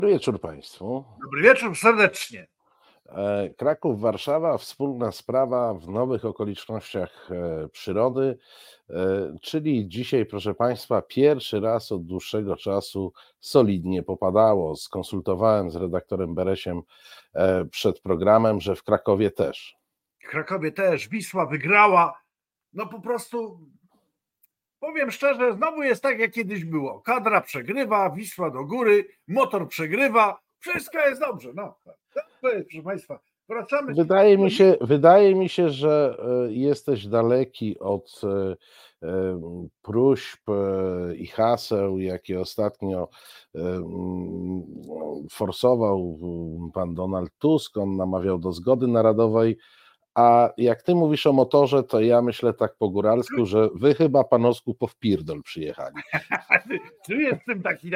Dobry wieczór Państwu. Dobry wieczór, serdecznie. Kraków-Warszawa, wspólna sprawa w nowych okolicznościach przyrody, czyli dzisiaj, proszę Państwa, pierwszy raz od dłuższego czasu solidnie popadało. Skonsultowałem z redaktorem Beresiem przed programem, że w Krakowie też. W Krakowie też. Wisła wygrała. No po prostu, powiem szczerze, znowu jest tak, jak kiedyś było. Kadra przegrywa, Wisła do góry, motor przegrywa, wszystko jest dobrze. No, to jest, proszę Państwa. Wracamy. Wydaje mi się, że jesteś daleki od próśb i haseł, jakie ostatnio forsował pan Donald Tusk. On namawiał do zgody narodowej, a jak ty mówisz o motorze, to ja myślę tak po góralsku, że wy chyba, panosku, po wpierdol przyjechali. Czy jest w tym taki...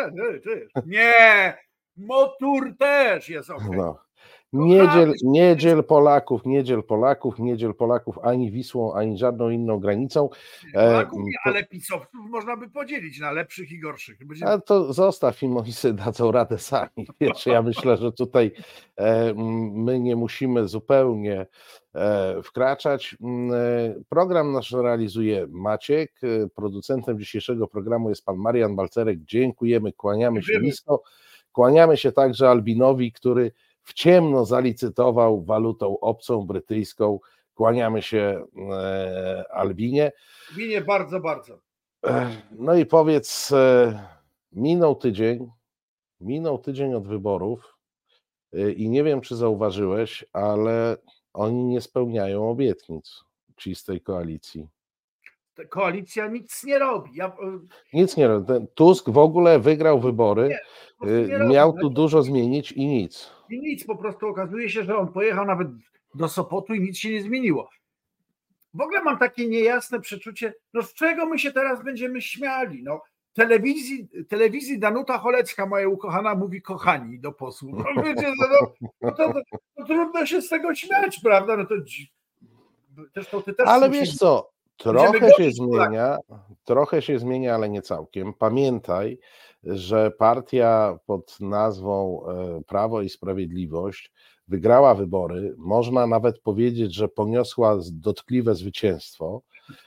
Nie, motor też jest okej. No. Nie dziel Polaków ani Wisłą, ani żadną inną granicą. Polaków, ale pisowców można by podzielić na lepszych i gorszych. A to zostaw im, oni sobie dadzą radę sami. Wiesz, ja myślę, że tutaj my nie musimy zupełnie wkraczać. Program nasz realizuje Maciek. Producentem dzisiejszego programu jest pan Marian Balcerek. Dziękujemy, kłaniamy się nisko. Kłaniamy się także Albinowi, który w ciemno zalicytował walutą obcą, brytyjską. Kłaniamy się Albinie. Albinie, bardzo, bardzo. No i powiedz, minął tydzień od wyborów i nie wiem, czy zauważyłeś, ale oni nie spełniają obietnic ci z tej koalicji. Koalicja nic nie robi. Nic nie robi. Tusk w ogóle wygrał wybory, miał tu dużo zmienić i nic. I nic, po prostu okazuje się, że on pojechał nawet do Sopotu i nic się nie zmieniło. W ogóle mam takie niejasne przeczucie, no z czego my się teraz będziemy śmiali? No, telewizji Danuta Cholecka, moja ukochana, mówi kochani do posłów. No, wiecie, to trudno się z tego śmiać, prawda? No to zresztą ty też. Ale wiesz co, trochę się zmienia, ale nie całkiem. Pamiętaj, że partia pod nazwą Prawo i Sprawiedliwość wygrała wybory. Można nawet powiedzieć, że poniosła dotkliwe zwycięstwo.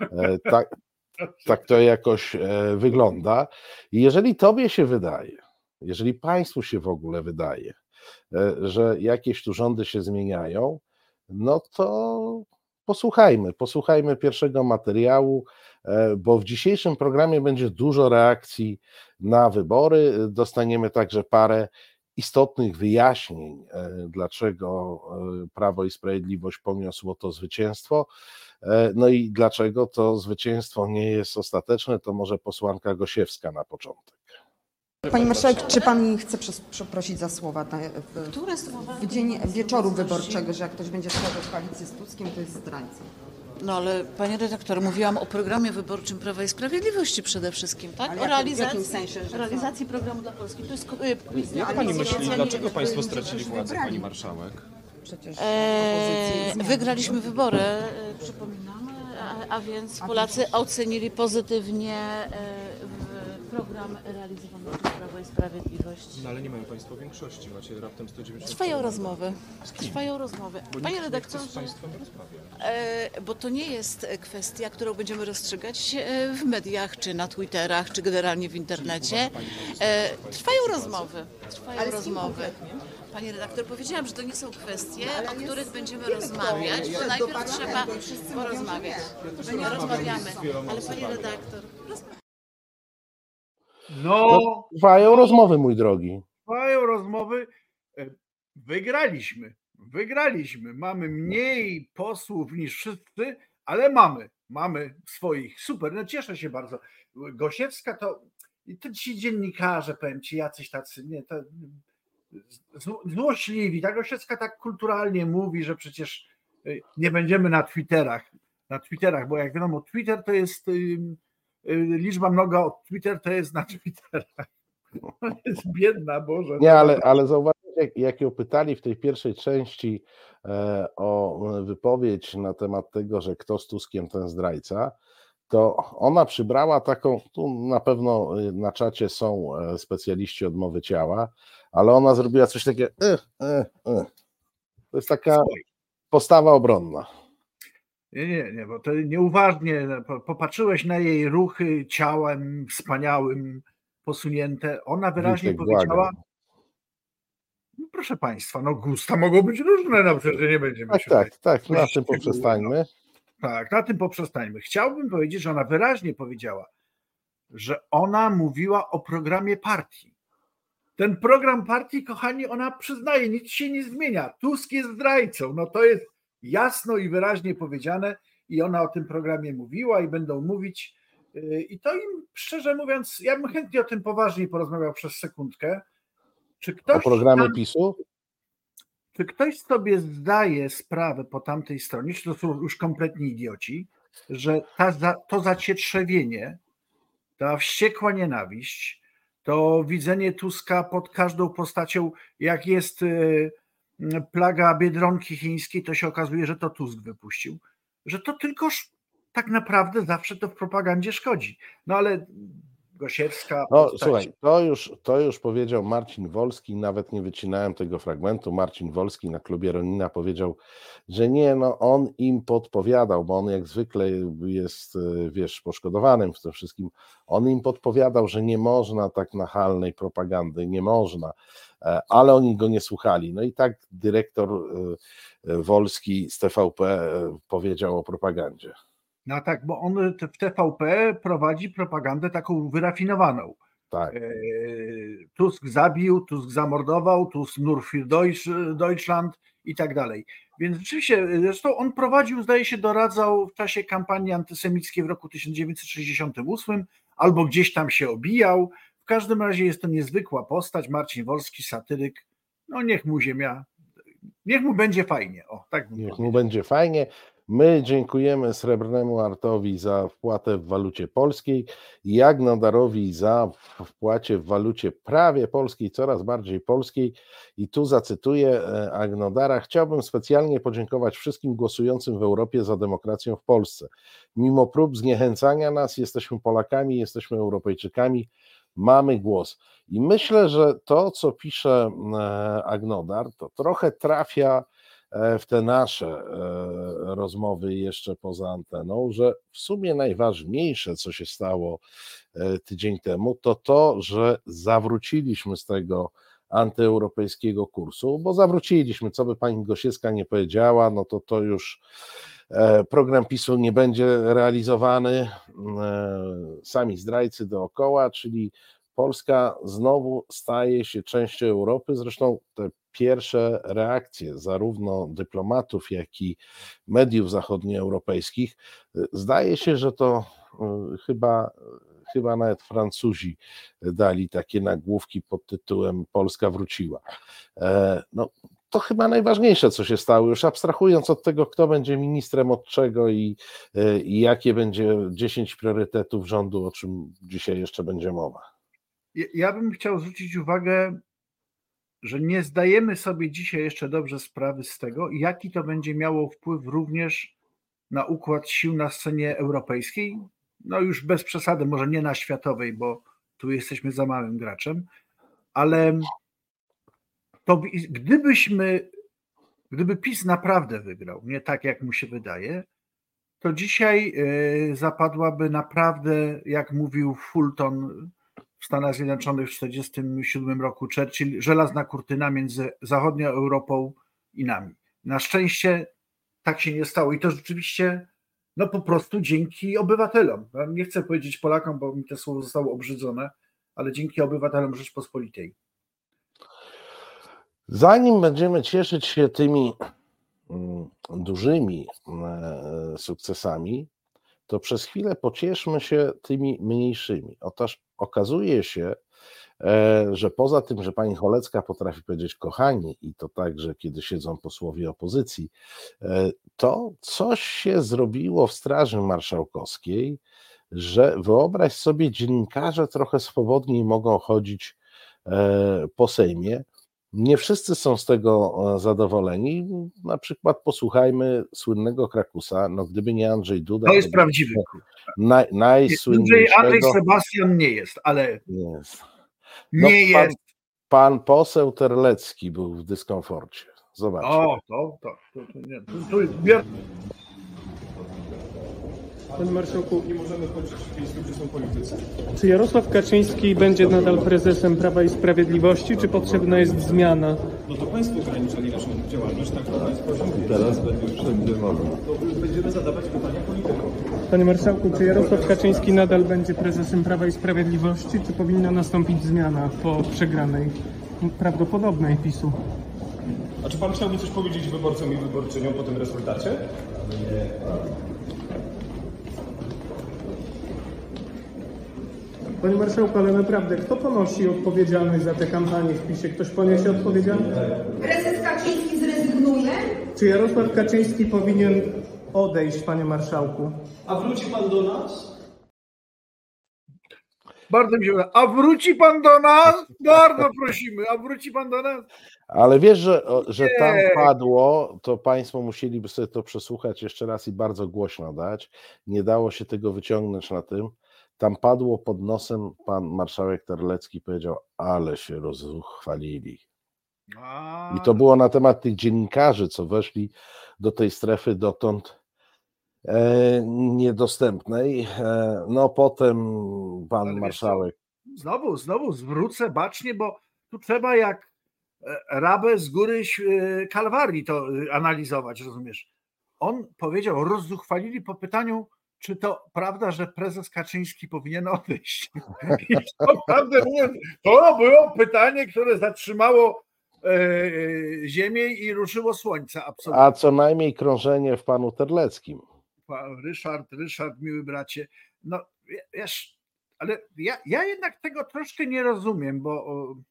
Tak to jakoś wygląda. I jeżeli tobie się wydaje, jeżeli państwu się w ogóle wydaje, że jakieś tu rządy się zmieniają, no to posłuchajmy pierwszego materiału, bo w dzisiejszym programie będzie dużo reakcji na wybory. Dostaniemy także parę istotnych wyjaśnień, dlaczego Prawo i Sprawiedliwość poniosło to zwycięstwo. No i dlaczego to zwycięstwo nie jest ostateczne, to może posłanka Gosiewska na początek. Pani marszałek, czy pani chce przeprosić za słowa w dzień wieczoru wyborczego, że jak ktoś będzie składał koalicję z Tuskiem, to jest zdrajcą? No ale panie redaktor, mówiłam o programie wyborczym Prawa i Sprawiedliwości przede wszystkim, tak? Ale o realizacji programu dla Polski. To jest, jak pani myśli, dlaczego państwo stracili władzę, pani marszałek? Przecież wygraliśmy wybory, przypominam, a więc Polacy ocenili pozytywnie program realizowany przez Prawo i Sprawiedliwość. No ale nie mają państwo większości, macie raptem 190. Trwają rozmowy. Panie redaktorze, z państwem rozmawiać. bo to nie jest kwestia, którą będziemy rozstrzygać w mediach, czy na Twitterach, czy generalnie w internecie. Trwają rozmowy. Panie redaktor, powiedziałam, że to nie są kwestie, o których będziemy rozmawiać, to najpierw trzeba porozmawiać. Rozmawiamy, ale panie redaktor... No, trwają rozmowy, mój drogi. Trwają rozmowy. Wygraliśmy. Mamy mniej posłów niż wszyscy, ale mamy swoich. Super, no cieszę się bardzo. Gosiewska to ci dziennikarze, powiem ci, jacyś tacy, nie, to złośliwi. Ta Gosiewska tak kulturalnie mówi, że przecież nie będziemy na Twitterach, bo jak wiadomo, Twitter to jest... liczba mnoga od Twitter to jest na Twitterach. Jest biedna, Boże. Nie, ale zauważycie, jak ją pytali w tej pierwszej części o wypowiedź na temat tego, że kto z Tuskiem, ten zdrajca, to ona przybrała taką, tu na pewno na czacie są specjaliści od mowy ciała, ale ona zrobiła coś takiego, To jest taka postawa obronna. Nie, bo to nieuważnie popatrzyłeś na jej ruchy ciałem wspaniałym, posunięte. Ona wyraźnie Witek, powiedziała, błagam. no proszę Państwa, no gusta mogą być różne, no przecież nie będziemy się Tak, na tym poprzestańmy. Tak, na tym poprzestańmy. Chciałbym powiedzieć, że ona wyraźnie powiedziała, że ona mówiła o programie partii. Ten program partii, kochani, ona przyznaje, nic się nie zmienia. Tusk jest zdrajcą, no to jest jasno i wyraźnie powiedziane i ona o tym programie mówiła i będą mówić i to im, szczerze mówiąc, ja bym chętnie o tym poważniej porozmawiał przez sekundkę. Czy ktoś O programie PiS-u? Czy ktoś sobie zdaje sprawę po tamtej stronie, czy to są już kompletni idioci, że to zacietrzewienie, ta wściekła nienawiść, to widzenie Tuska pod każdą postacią, jak jest plaga Biedronki chińskiej, to się okazuje, że to Tusk wypuścił, że to tylko tak naprawdę zawsze to w propagandzie szkodzi. No ale Gosiewska... No słuchaj, to już powiedział Marcin Wolski, nawet nie wycinałem tego fragmentu. Marcin Wolski na klubie Ronina powiedział, że nie, no on im podpowiadał, bo on jak zwykle jest, wiesz, poszkodowanym w tym wszystkim. On im podpowiadał, że nie można tak nachalnej propagandy, nie można, ale oni go nie słuchali. No i tak dyrektor Wolski z TVP powiedział o propagandzie. No tak, bo on w TVP prowadzi propagandę taką wyrafinowaną. Tak. Tusk zabił, Tusk zamordował, Tusk nur für Deutschland i tak dalej. Więc rzeczywiście, zresztą on prowadził, zdaje się, doradzał w czasie kampanii antysemickiej w roku 1968, albo gdzieś tam się obijał. W każdym razie jest to niezwykła postać, Marcin Wolski, satyryk. No niech mu będzie fajnie. O, tak niech mu będzie fajnie. My dziękujemy Srebrnemu Artowi za wpłatę w walucie polskiej i Agnodarowi za wpłacie w walucie prawie polskiej, coraz bardziej polskiej. I tu zacytuję Agnodara. Chciałbym specjalnie podziękować wszystkim głosującym w Europie za demokrację w Polsce. Mimo prób zniechęcania nas, jesteśmy Polakami, jesteśmy Europejczykami, mamy głos. I myślę, że to, co pisze Agnodar, to trochę trafia w te nasze rozmowy jeszcze poza anteną, że w sumie najważniejsze, co się stało tydzień temu, to, że zawróciliśmy z tego antyeuropejskiego kursu, bo zawróciliśmy, co by pani Gosiewska nie powiedziała, no to już program PiS-u nie będzie realizowany, sami zdrajcy dookoła, czyli Polska znowu staje się częścią Europy, zresztą te pierwsze reakcje zarówno dyplomatów, jak i mediów zachodnioeuropejskich, zdaje się, że to chyba nawet Francuzi dali takie nagłówki pod tytułem Polska wróciła. No, to chyba najważniejsze, co się stało, już abstrahując od tego, kto będzie ministrem od czego i jakie będzie 10 priorytetów rządu, o czym dzisiaj jeszcze będzie mowa. Ja bym chciał zwrócić uwagę, że nie zdajemy sobie dzisiaj jeszcze dobrze sprawy z tego, jaki to będzie miało wpływ również na układ sił na scenie europejskiej, no już bez przesady, może nie na światowej, bo tu jesteśmy za małym graczem, ale to gdyby PiS naprawdę wygrał, nie tak jak mu się wydaje, to dzisiaj zapadłaby naprawdę, jak mówił Fulton w Stanach Zjednoczonych w 1947 roku, Churchill, żelazna kurtyna między zachodnią Europą i nami. Na szczęście tak się nie stało i to rzeczywiście no po prostu dzięki obywatelom. Nie chcę powiedzieć Polakom, bo mi to słowo zostało obrzydzone, ale dzięki obywatelom Rzeczpospolitej. Zanim będziemy cieszyć się tymi dużymi sukcesami, to przez chwilę pocieszmy się tymi mniejszymi. Otóż okazuje się, że poza tym, że pani Cholecka potrafi powiedzieć kochani i to także, kiedy siedzą posłowie opozycji, to coś się zrobiło w Straży Marszałkowskiej, że wyobraź sobie, dziennikarze trochę swobodniej mogą chodzić po Sejmie Nie wszyscy są z tego zadowoleni. Na przykład posłuchajmy słynnego Krakusa. No, gdyby nie Andrzej Duda, To jest prawdziwy. Andrzej najsłynniejszego. Sebastian nie jest, ale Jest. nie jest. Pan poseł Terlecki był w dyskomforcie. Zobaczcie. Nie. Panie marszałku, nie możemy chodzić w miejscu, gdzie są politycy. Czy Jarosław Kaczyński będzie nadal prezesem Prawa i Sprawiedliwości, czy potrzebna jest zmiana? No to państwo ograniczali naszą działalność, tak to państwo. Teraz będzie wszędzie mowa. Będziemy zadawać pytania politykom. Panie marszałku, czy Jarosław Kaczyński nadal będzie prezesem Prawa i Sprawiedliwości, czy powinna nastąpić zmiana po przegranej, prawdopodobnej PiS-u? A czy pan chciałby coś powiedzieć wyborcom i wyborczyniom po tym rezultacie? Nie. Panie marszałku, ale naprawdę, kto ponosi odpowiedzialność za tę kampanię w PiS-ie? Ktoś poniesie odpowiedzialność? Prezes Kaczyński zrezygnuje? Czy Jarosław Kaczyński powinien odejść, panie marszałku? A wróci pan do nas? Bardzo mi się podoba. A wróci pan do nas? Bardzo prosimy, a wróci pan do nas? Ale wiesz, że tam padło, to państwo musieliby sobie to przesłuchać jeszcze raz i bardzo głośno dać. Nie dało się tego wyciągnąć na tym. Tam padło pod nosem, pan marszałek Terlecki powiedział, ale się rozchwalili. I to było na temat tych dziennikarzy, co weszli do tej strefy dotąd niedostępnej. No potem pan marszałek. Znowu zwrócę bacznie, bo tu trzeba jak rabę z góry Kalwarii to analizować, rozumiesz? On powiedział, rozzuchwalili po pytaniu, czy to prawda, że prezes Kaczyński powinien odejść? I to, prawdę mówiąc, to było pytanie, które zatrzymało ziemię i ruszyło słońce. Absolutnie. A co najmniej krążenie w panu Terleckim. Ryszard, miły bracie. No wiesz, ale ja jednak tego troszkę nie rozumiem, bo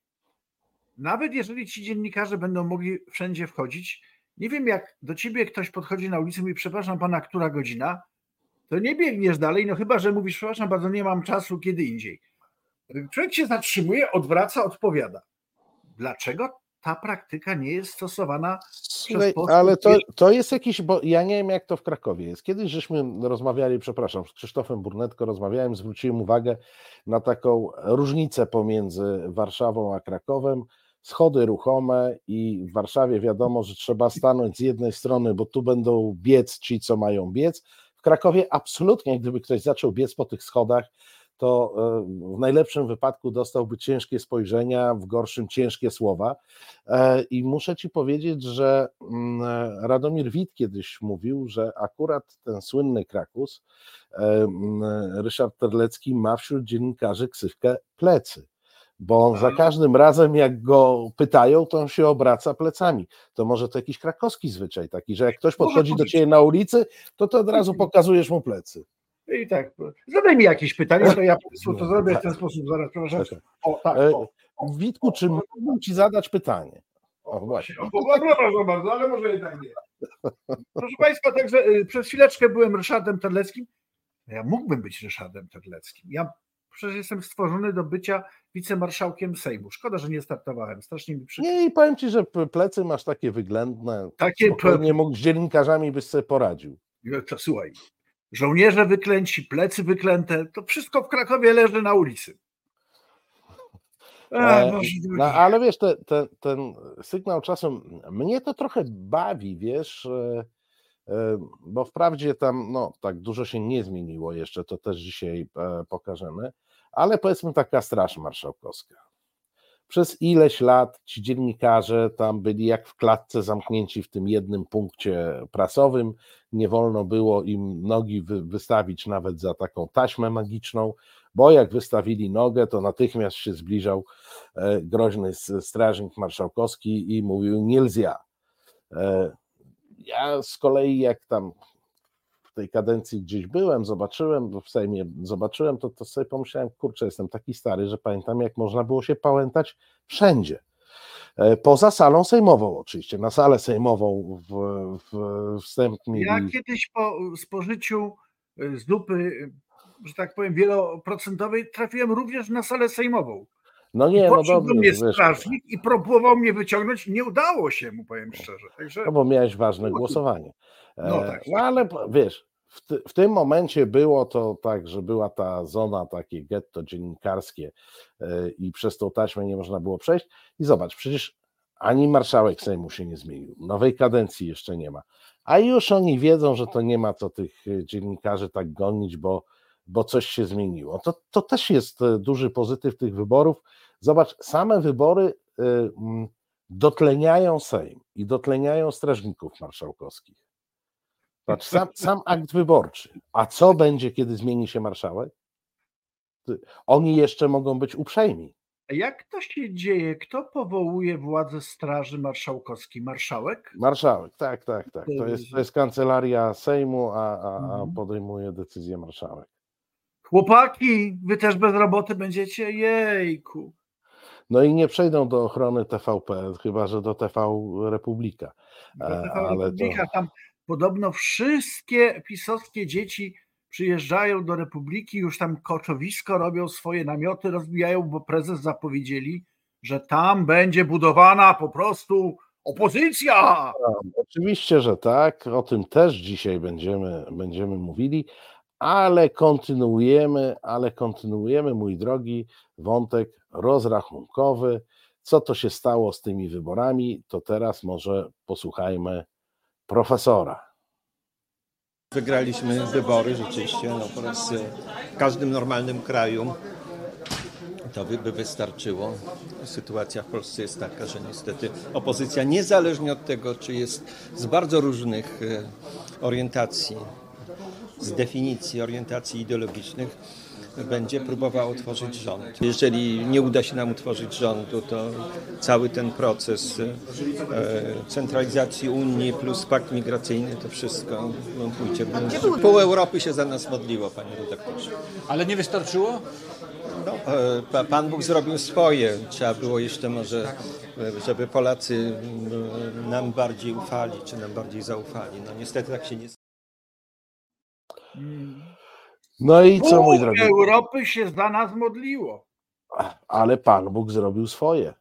nawet jeżeli ci dziennikarze będą mogli wszędzie wchodzić, nie wiem, jak do ciebie ktoś podchodzi na ulicy i mówi, przepraszam pana, która godzina, to nie biegniesz dalej, no chyba, że mówisz, przepraszam bardzo, nie mam czasu, kiedy indziej. Człowiek się zatrzymuje, odwraca, odpowiada. Dlaczego ta praktyka nie jest stosowana przez posłów? Ale to jest jakiś, bo ja nie wiem, jak to w Krakowie jest. Kiedyś żeśmy rozmawiali, przepraszam, z Krzysztofem Burnetko rozmawiałem, zwróciłem uwagę na taką różnicę pomiędzy Warszawą a Krakowem. Schody ruchome i w Warszawie wiadomo, że trzeba stanąć z jednej strony, bo tu będą biec ci, co mają biec. W Krakowie absolutnie, gdyby ktoś zaczął biec po tych schodach, to w najlepszym wypadku dostałby ciężkie spojrzenia, w gorszym ciężkie słowa. I muszę ci powiedzieć, że Radomir Wit kiedyś mówił, że akurat ten słynny Krakus, Ryszard Terlecki, ma wśród dziennikarzy ksywkę plecy. Bo za każdym razem, jak go pytają, to on się obraca plecami. To może to jakiś krakowski zwyczaj taki, że jak ktoś podchodzi do ciebie na ulicy, to od razu pokazujesz mu plecy. I tak, zadaj mi jakieś pytanie, to ja to zrobię w ten sposób, zaraz, przepraszam. Witku, czy mógłbym ci zadać pytanie? O, właśnie. Przepraszam bardzo, ale może jednak nie. Proszę Państwa, także przez chwileczkę byłem Ryszardem Terleckim. Ja mógłbym być Ryszardem Terleckim. Ja przecież jestem stworzony do bycia wicemarszałkiem Sejmu. Szkoda, że nie startowałem. Strasznie mi przykro. Nie, i powiem ci, że plecy masz takie wyględne. Takie nie mógł z dziennikarzami byś sobie poradził. Słuchaj, żołnierze wyklęci, plecy wyklęte, to wszystko w Krakowie leży na ulicy. Ale wiesz, ten sygnał czasem, mnie to trochę bawi, wiesz, bo wprawdzie tam tak dużo się nie zmieniło jeszcze, to też dzisiaj pokażemy, ale powiedzmy taka Straż Marszałkowska. Przez ileś lat ci dziennikarze tam byli jak w klatce zamknięci w tym jednym punkcie prasowym, nie wolno było im nogi wystawić nawet za taką taśmę magiczną, bo jak wystawili nogę, to natychmiast się zbliżał groźny strażnik marszałkowski i mówił nielzja. Ja z kolei jak tam w tej kadencji gdzieś byłem, zobaczyłem, w Sejmie zobaczyłem, to sobie pomyślałem, kurczę, jestem taki stary, że pamiętam, jak można było się pałętać wszędzie. Poza salą sejmową oczywiście, na salę sejmową wstępnie. Ja kiedyś po spożyciu zupy, że tak powiem, wieloprocentowej trafiłem również na salę sejmową. No nie, no Podszedł do dobrze, mnie wiesz, strażnik i próbował mnie wyciągnąć. Nie udało się mu, powiem szczerze. Także, no bo miałeś ważne głosowanie. no tak. No ale wiesz, w tym momencie było to tak, że była ta zona, takie getto dziennikarskie i przez tą taśmę nie można było przejść. I zobacz, przecież ani marszałek Sejmu się nie zmienił, nowej kadencji jeszcze nie ma, a już oni wiedzą, że to nie ma co tych dziennikarzy tak gonić, bo coś się zmieniło. To też jest duży pozytyw tych wyborów. Zobacz, same wybory dotleniają Sejm i dotleniają strażników marszałkowskich. Patrz, sam akt wyborczy. A co będzie, kiedy zmieni się marszałek? Oni jeszcze mogą być uprzejmi. Jak to się dzieje? Kto powołuje władzę Straży Marszałkowskiej? Marszałek? Marszałek, tak. To jest kancelaria Sejmu, a podejmuje decyzję marszałek. Chłopaki, wy też bez roboty będziecie? Jejku. No i nie przejdą do ochrony TVP, chyba że do TV Republika. Republika, tam podobno wszystkie pisowskie dzieci przyjeżdżają do Republiki, już tam koczowisko robią, swoje namioty rozbijają, bo prezes zapowiedzieli, że tam będzie budowana po prostu opozycja. Oczywiście, że tak, o tym też dzisiaj będziemy mówili, ale kontynuujemy, mój drogi, wątek rozrachunkowy. Co to się stało z tymi wyborami, to teraz może posłuchajmy profesora. Wygraliśmy wybory rzeczywiście, no po raz w każdym normalnym kraju to by wystarczyło. Sytuacja w Polsce jest taka, że niestety opozycja, niezależnie od tego, czy jest z bardzo różnych orientacji, z definicji orientacji ideologicznych, będzie próbowała utworzyć rząd. Jeżeli nie uda się nam utworzyć rządu, to cały ten proces centralizacji Unii plus pakt migracyjny, to wszystko pójdzie. Pół Europy się za nas modliło, panie redaktorze. Ale nie wystarczyło? No, Pan Bóg zrobił swoje. Trzeba było jeszcze może, żeby Polacy nam bardziej ufali, czy nam bardziej zaufali. No niestety tak się nie stało. No i co, mój drogi? Europy się za nas modliło. Ale Pan Bóg zrobił swoje.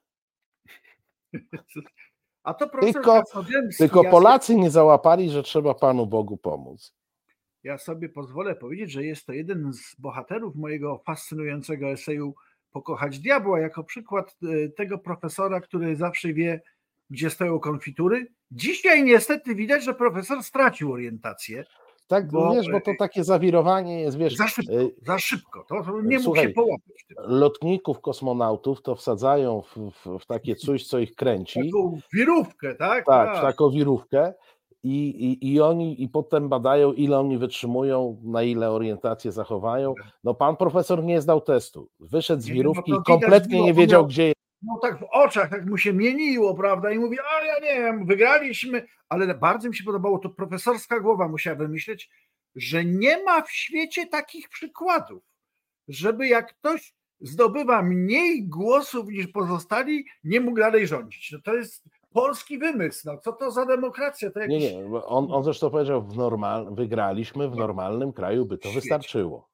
A to profesor Tylko Polacy nie załapali, że trzeba Panu Bogu pomóc. Ja sobie pozwolę powiedzieć, że jest to jeden z bohaterów mojego fascynującego eseju Pokochać diabła, jako przykład tego profesora, który zawsze wie, gdzie stoją konfitury. Dzisiaj niestety widać, że profesor stracił orientację. Tak, bo to takie zawirowanie jest, wiesz... Za szybko, to nie mógł się połapać. Lotników, kosmonautów to wsadzają w takie coś, co ich kręci. Taką wirówkę, tak? Tak, w taką wirówkę i oni potem badają, ile oni wytrzymują, na ile orientację zachowają. No pan profesor nie zdał testu. Wyszedł z wirówki i kompletnie nie wiedział, gdzie jest. No tak w oczach, tak mu się mieniło, prawda? I mówi, ale ja nie wiem, wygraliśmy, ale bardzo mi się podobało, to profesorska głowa musiała wymyśleć, że nie ma w świecie takich przykładów, żeby jak ktoś zdobywa mniej głosów niż pozostali, nie mógł dalej rządzić. No to jest polski wymysł, no co to za demokracja? To jakiś... Nie, on zresztą powiedział, wygraliśmy w normalnym kraju, by to wystarczyło.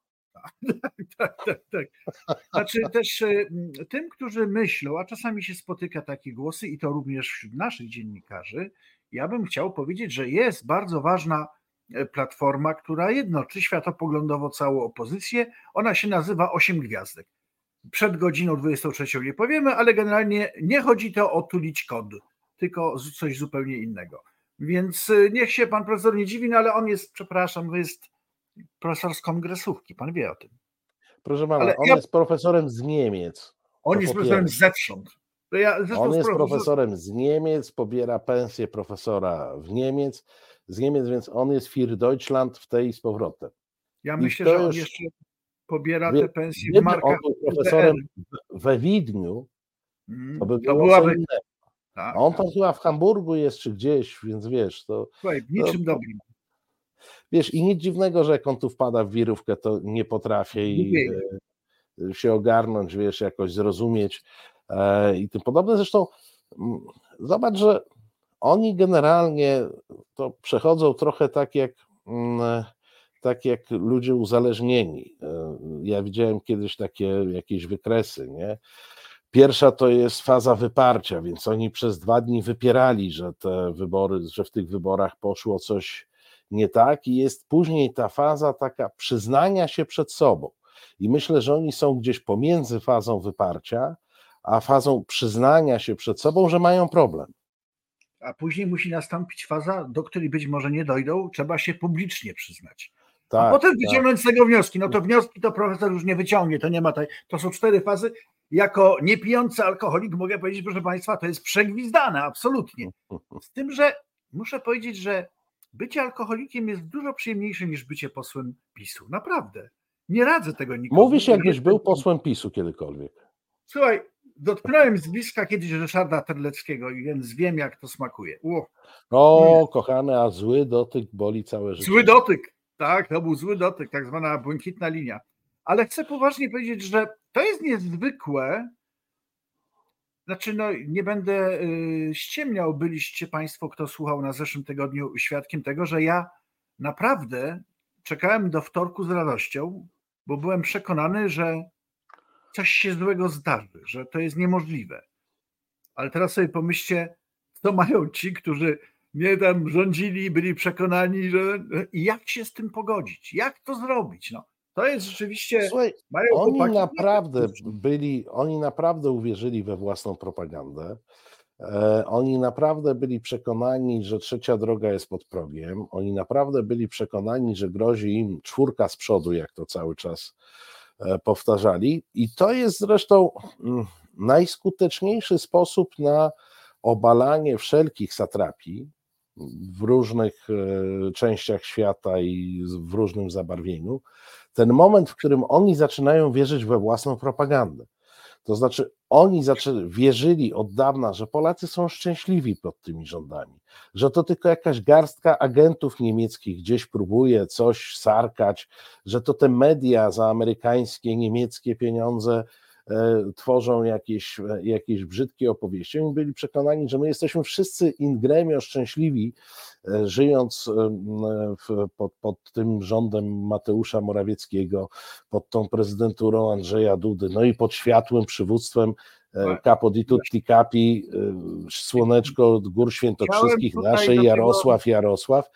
Tak. Znaczy też tym, którzy myślą, a czasami się spotyka takie głosy i to również wśród naszych dziennikarzy, ja bym chciał powiedzieć, że jest bardzo ważna platforma, która jednoczy światopoglądowo całą opozycję. Ona się nazywa 8 Gwiazdek. Przed godziną 23 nie powiemy, ale generalnie nie chodzi to o tulić kod, tylko coś zupełnie innego. Więc niech się pan profesor nie dziwi, no ale on jest, przepraszam, jest profesor z kongresówki, pan wie o tym. Proszę pana, on jest profesorem z Niemiec. On jest profesorem zewsząd. On jest profesorem z Niemiec, pobiera pensję profesora z Niemiec, więc on jest für Deutschland w tej z powrotem. Ja myślę, że on jeszcze pobiera te pensje w markach. On był profesorem we Widniu, to by było co innego. Tak, on tam chyba w Hamburgu jest, czy gdzieś, więc wiesz, to... Słuchaj, w niczym dobrym. Wiesz, i nic dziwnego, że jak on tu wpada w wirówkę, to nie potrafi się ogarnąć, wiesz, jakoś zrozumieć i tym podobne. Zresztą zobacz, że oni generalnie to przechodzą trochę tak jak ludzie uzależnieni. Ja widziałem kiedyś takie jakieś wykresy, nie? Pierwsza to jest faza wyparcia, więc oni przez 2 dni wypierali, że te wybory, że w tych wyborach poszło coś nie tak, i jest później ta faza taka przyznania się przed sobą. I myślę, że oni są gdzieś pomiędzy fazą wyparcia a fazą przyznania się przed sobą, że mają problem. A później musi nastąpić faza, do której być może nie dojdą, trzeba się publicznie przyznać. Tak, A potem tak. wyciągnąć z tego wnioski. No to wnioski to profesor już nie wyciągnie, to nie ma to są 4 fazy. Jako niepijący alkoholik mogę powiedzieć, proszę Państwa, to jest przegwizdane, absolutnie. Z tym, że muszę powiedzieć, że bycie alkoholikiem jest dużo przyjemniejsze niż bycie posłem PiS-u. Naprawdę. Nie radzę tego nikomu. Mówisz, jakbyś był posłem PiS-u kiedykolwiek. Słuchaj, dotknąłem z bliska kiedyś Ryszarda Terleckiego, więc wiem, jak to smakuje. O, kochany, a zły dotyk boli całe życie. Zły dotyk, tak, to był zły dotyk, tak zwana błękitna linia. Ale chcę poważnie powiedzieć, że to jest niezwykłe. Znaczy, no nie będę ściemniał, byliście Państwo, kto słuchał na zeszłym tygodniu, świadkiem tego, że ja naprawdę czekałem do wtorku z radością, bo byłem przekonany, że coś się złego zdarzy, że to jest niemożliwe. Ale teraz sobie pomyślcie, co mają ci, którzy mnie tam rządzili, byli przekonani, że i jak się z tym pogodzić, jak to zrobić. No, to jest rzeczywiście... Słuchaj, mają oni chłopaki... naprawdę uwierzyli we własną propagandę. Oni naprawdę byli przekonani, że trzecia droga jest pod progiem. Oni naprawdę byli przekonani, że grozi im 4 z przodu, jak to cały czas powtarzali. I to jest zresztą najskuteczniejszy sposób na obalanie wszelkich satrapii w różnych częściach świata i w różnym zabarwieniu. Ten moment, w którym oni zaczynają wierzyć we własną propagandę. To znaczy oni wierzyli od dawna, że Polacy są szczęśliwi pod tymi rządami, że to tylko jakaś garstka agentów niemieckich gdzieś próbuje coś sarkać, że to te media za amerykańskie, niemieckie pieniądze tworzą jakieś brzydkie opowieści. Oni byli przekonani, że my jesteśmy wszyscy in gremio szczęśliwi, żyjąc pod tym rządem Mateusza Morawieckiego, pod tą prezydenturą Andrzeja Dudy, no i pod światłym przywództwem Capo di tutti capi, słoneczko od gór świętokrzyskich naszej, Jarosław.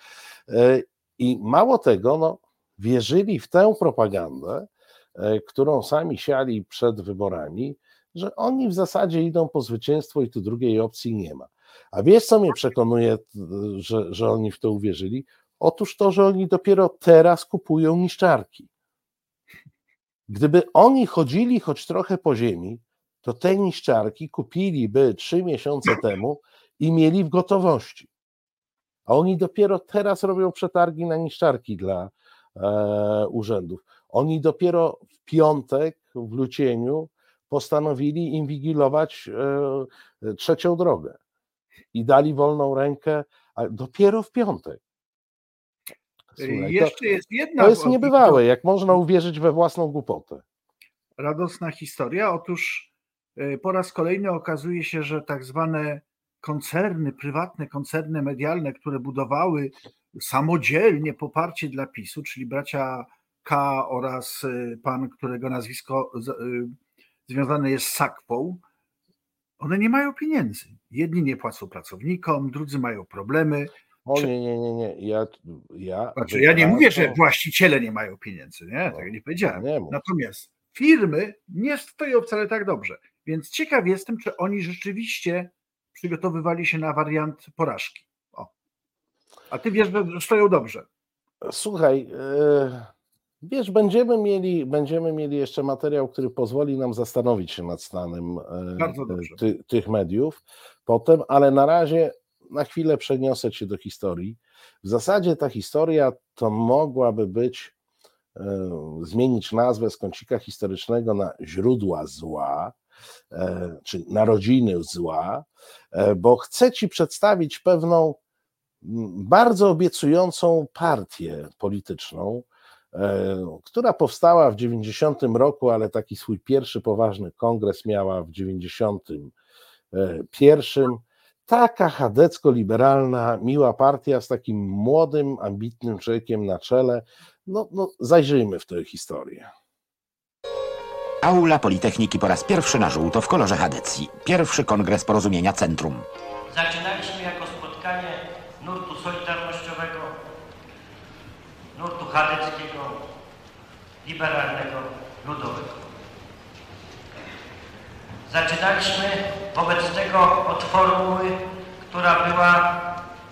I mało tego, no, wierzyli w tę propagandę, którą sami siali przed wyborami, że oni w zasadzie idą po zwycięstwo i tu drugiej opcji nie ma. A wiesz, co mnie przekonuje, że oni w to uwierzyli? Otóż to, że oni dopiero teraz kupują niszczarki. Gdyby oni chodzili choć trochę po ziemi, to te niszczarki kupiliby 3 miesiące temu i mieli w gotowości. A oni dopiero teraz robią przetargi na niszczarki dla urzędów. Oni dopiero w piątek w Lucieniu postanowili inwigilować trzecią drogę i dali wolną rękę, a dopiero w piątek. Słuchaj, jeszcze jest jedna... To jest niebywałe, jak można uwierzyć we własną głupotę. Radosna historia. Otóż po raz kolejny okazuje się, że tak zwane koncerny, prywatne koncerny medialne, które budowały samodzielnie poparcie dla PiS-u, czyli bracia K oraz pan, którego nazwisko związane jest z Sakwą, one nie mają pieniędzy. Jedni nie płacą pracownikom, drudzy mają problemy. O nie. Ja nie mówię, że właściciele nie mają pieniędzy, nie? Tego nie powiedziałem. Natomiast firmy nie stoją wcale tak dobrze. Więc ciekaw jestem, czy oni rzeczywiście przygotowywali się na wariant porażki. A ty wiesz, że stoją dobrze. Słuchaj, wiesz, będziemy mieli jeszcze materiał, który pozwoli nam zastanowić się nad stanem tych mediów potem, ale na razie na chwilę przeniosę cię do historii. W zasadzie ta historia to mogłaby być, zmienić nazwę z kącika historycznego na źródła zła, czy narodziny zła, bo chcę ci przedstawić pewną bardzo obiecującą partię polityczną, która powstała w 90 roku, ale taki swój pierwszy poważny kongres miała w 91. Taka chadecko-liberalna, miła partia z takim młodym, ambitnym człowiekiem na czele. No, zajrzyjmy w tę historię. Aula Politechniki po raz pierwszy na żółto w kolorze chadecji. Pierwszy kongres Porozumienia Centrum. Zaczynaliśmy jako spotkanie nurtu solidarnościowego, nurtu chadeckiego, liberalnego, ludowego. Zaczynaliśmy wobec tego od formuły, która była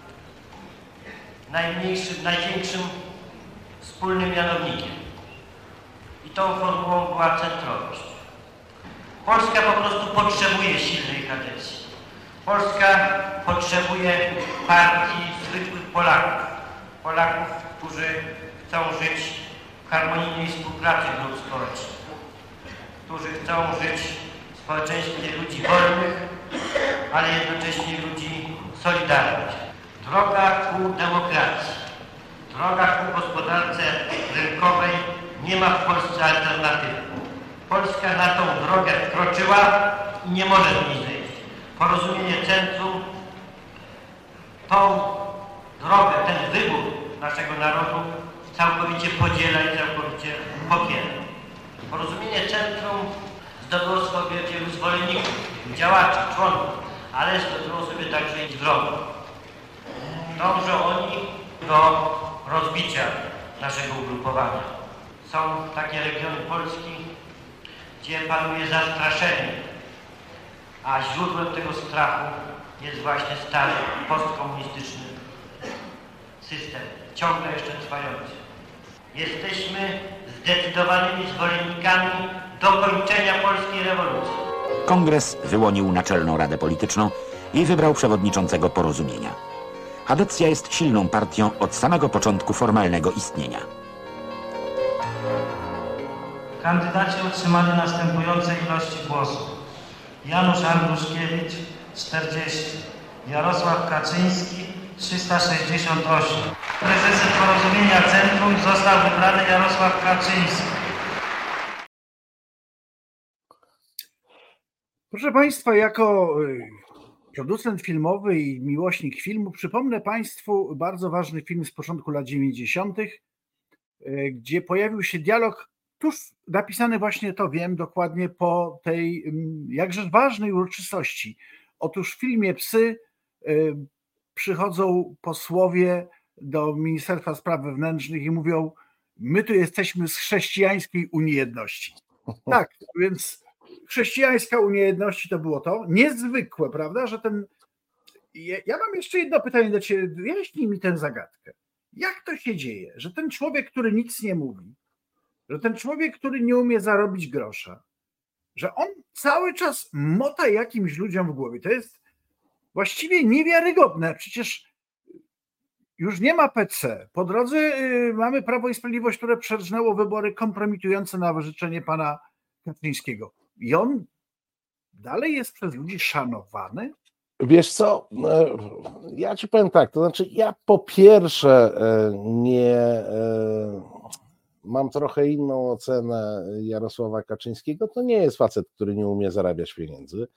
największym wspólnym mianownikiem. I tą formułą była centrowość. Polska po prostu potrzebuje silnej chadecji. Polska potrzebuje partii zwykłych Polaków. Polaków, którzy chcą żyć w harmonijnej współpracy grup społecznych. Którzy chcą żyć w społeczeństwie ludzi wolnych, ale jednocześnie ludzi solidarnych. Droga ku demokracji, droga ku gospodarce rynkowej nie ma w Polsce alternatywy. Polska na tą drogę wkroczyła i nie może z niej zejść. Porozumienie Centrum tą drogę, ten wybór naszego narodu całkowicie podziela i całkowicie popiera. Porozumienie Centrum zdobyło sobie wielu zwolenników, działaczy, członków, ale zdobyło sobie także i wrogów. Dążą oni do rozbicia naszego ugrupowania. Są takie regiony Polski, gdzie panuje zastraszenie, a źródłem tego strachu jest właśnie stary postkomunistyczny system, ciągle jeszcze trwający. Jesteśmy zdecydowanymi zwolennikami dokończenia polskiej rewolucji. Kongres wyłonił Naczelną Radę Polityczną i wybrał przewodniczącego Porozumienia. Chadecja jest silną partią od samego początku formalnego istnienia. Kandydaci otrzymali następujące ilości głosów. Janusz Andruszkiewicz 40, Jarosław Kaczyński 368. Prezesem Porozumienia Centrum został wybrany Jarosław Kaczyński. Proszę Państwa, jako producent filmowy i miłośnik filmu, przypomnę Państwu bardzo ważny film z początku lat 90., gdzie pojawił się dialog tuż napisany właśnie, to wiem dokładnie, po tej jakże ważnej uroczystości. Otóż w filmie Psy przychodzą posłowie do Ministerstwa Spraw Wewnętrznych i mówią: my tu jesteśmy z chrześcijańskiej Unii Jedności. Tak, więc chrześcijańska Unia Jedności to było to. Niezwykłe, prawda, że ten... Ja mam jeszcze jedno pytanie do Ciebie. Wyjaśnij mi tę zagadkę. Jak to się dzieje, że ten człowiek, który nic nie mówi, że ten człowiek, który nie umie zarobić grosza, że on cały czas mota jakimś ludziom w głowie? To jest właściwie niewiarygodne. Przecież już nie ma PC. Po drodze mamy Prawo i Sprawiedliwość, które przerżnęło wybory kompromitujące na życzenie pana Kaczyńskiego. I on dalej jest przez ludzi szanowany? Wiesz co, ja ci powiem tak, to znaczy ja po pierwsze nie mam trochę inną ocenę Jarosława Kaczyńskiego. To nie jest facet, który nie umie zarabiać pieniędzy.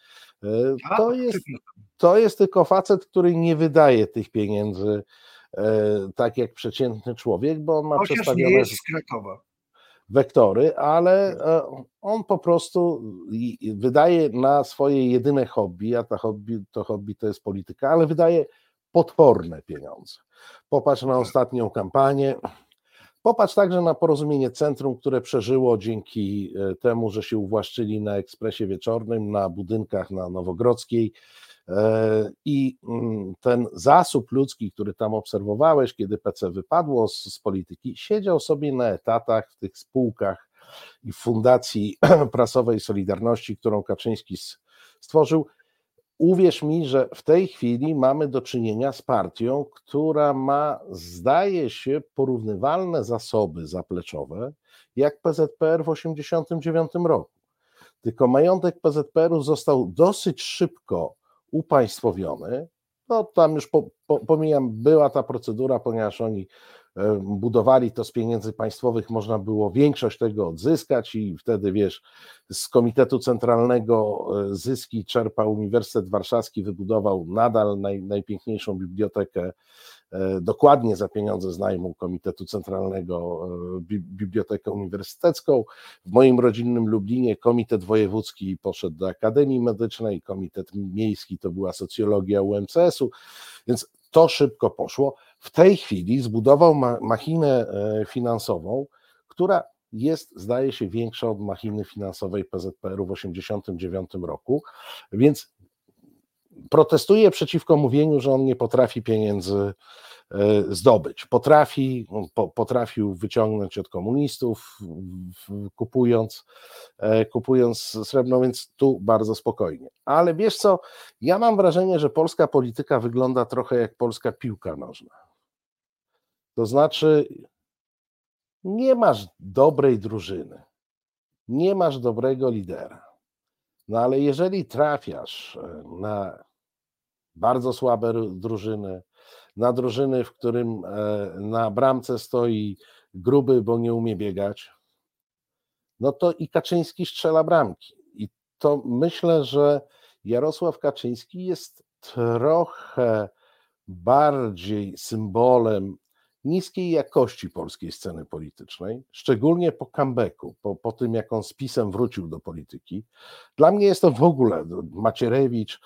To jest tylko facet, który nie wydaje tych pieniędzy tak jak przeciętny człowiek, bo on ma przestawione... nie jest z Krakowa. Wektory, ale on po prostu wydaje na swoje jedyne hobby, a to hobby to jest polityka, ale wydaje potworne pieniądze. Popatrz na ostatnią kampanię, popatrz także na Porozumienie Centrum, które przeżyło dzięki temu, że się uwłaszczyli na Ekspresie Wieczornym, na budynkach na Nowogrodzkiej, i ten zasób ludzki, który tam obserwowałeś, kiedy PC wypadło z polityki, siedział sobie na etatach w tych spółkach i fundacji prasowej Solidarności, którą Kaczyński stworzył. Uwierz mi, że w tej chwili mamy do czynienia z partią, która ma, zdaje się, porównywalne zasoby zapleczowe jak PZPR w 1989 roku. Tylko majątek PZPR-u został dosyć szybko upaństwowiony. No tam już pomijam, była ta procedura, ponieważ oni budowali to z pieniędzy państwowych, można było większość tego odzyskać i wtedy, wiesz, z Komitetu Centralnego zyski czerpał Uniwersytet Warszawski, wybudował nadal najpiękniejszą bibliotekę, dokładnie za pieniądze z najmu Komitetu Centralnego, Bibliotekę Uniwersytecką. W moim rodzinnym Lublinie Komitet Wojewódzki poszedł do Akademii Medycznej, Komitet Miejski to była socjologia UMCS-u, więc to szybko poszło. W tej chwili zbudował machinę finansową, która jest, zdaje się, większa od machiny finansowej PZPR-u w 1989 roku, więc protestuje przeciwko mówieniu, że on nie potrafi pieniędzy zdobyć. Potrafił wyciągnąć od komunistów, kupując srebrno, więc tu bardzo spokojnie. Ale wiesz co, ja mam wrażenie, że polska polityka wygląda trochę jak polska piłka nożna. To znaczy, nie masz dobrej drużyny, nie masz dobrego lidera, no ale jeżeli trafiasz na bardzo słabe drużyny, na drużyny, w którym na bramce stoi gruby, bo nie umie biegać, no to i Kaczyński strzela bramki. I to myślę, że Jarosław Kaczyński jest trochę bardziej symbolem niskiej jakości polskiej sceny politycznej, szczególnie po comebacku, po tym, jak on z PiS-em wrócił do polityki. Dla mnie jest to w ogóle Macierewicz,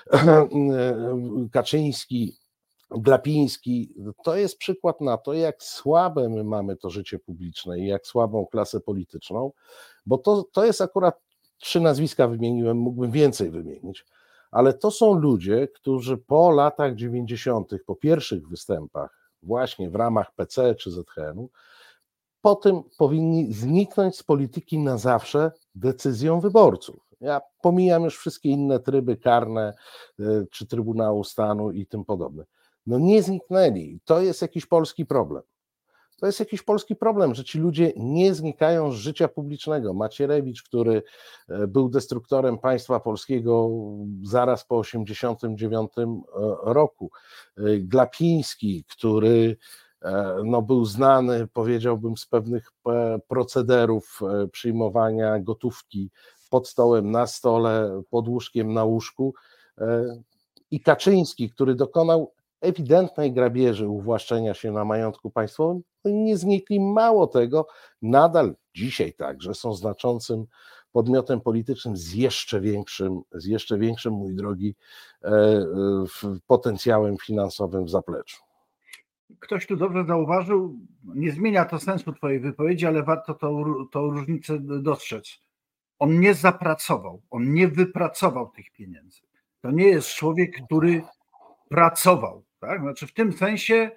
Kaczyński, Glapiński, to jest przykład na to, jak słabe my mamy to życie publiczne i jak słabą klasę polityczną, bo to jest akurat 3 nazwiska wymieniłem, mógłbym więcej wymienić, ale to są ludzie, którzy po latach 90., po pierwszych występach właśnie w ramach PC czy ZHN-u, potem powinni zniknąć z polityki na zawsze decyzją wyborców. Ja pomijam już wszystkie inne tryby karne czy Trybunału Stanu i tym podobne. No nie zniknęli. To jest jakiś polski problem. To jest jakiś polski problem, że ci ludzie nie znikają z życia publicznego. Macierewicz, który był destruktorem państwa polskiego zaraz po 1989 roku. Glapiński, który no, był znany, powiedziałbym, z pewnych procederów przyjmowania gotówki pod stołem, na stole, pod łóżkiem, na łóżku. I Kaczyński, który dokonał ewidentnej grabieży, uwłaszczenia się na majątku państwowym, nie znikli. Mało tego, nadal dzisiaj także są znaczącym podmiotem politycznym z jeszcze większym, mój drogi, potencjałem finansowym w zapleczu. Ktoś tu dobrze zauważył, nie zmienia to sensu twojej wypowiedzi, ale warto tą różnicę dostrzec. On nie zapracował, on nie wypracował tych pieniędzy. To nie jest człowiek, który pracował. Tak? Znaczy w tym sensie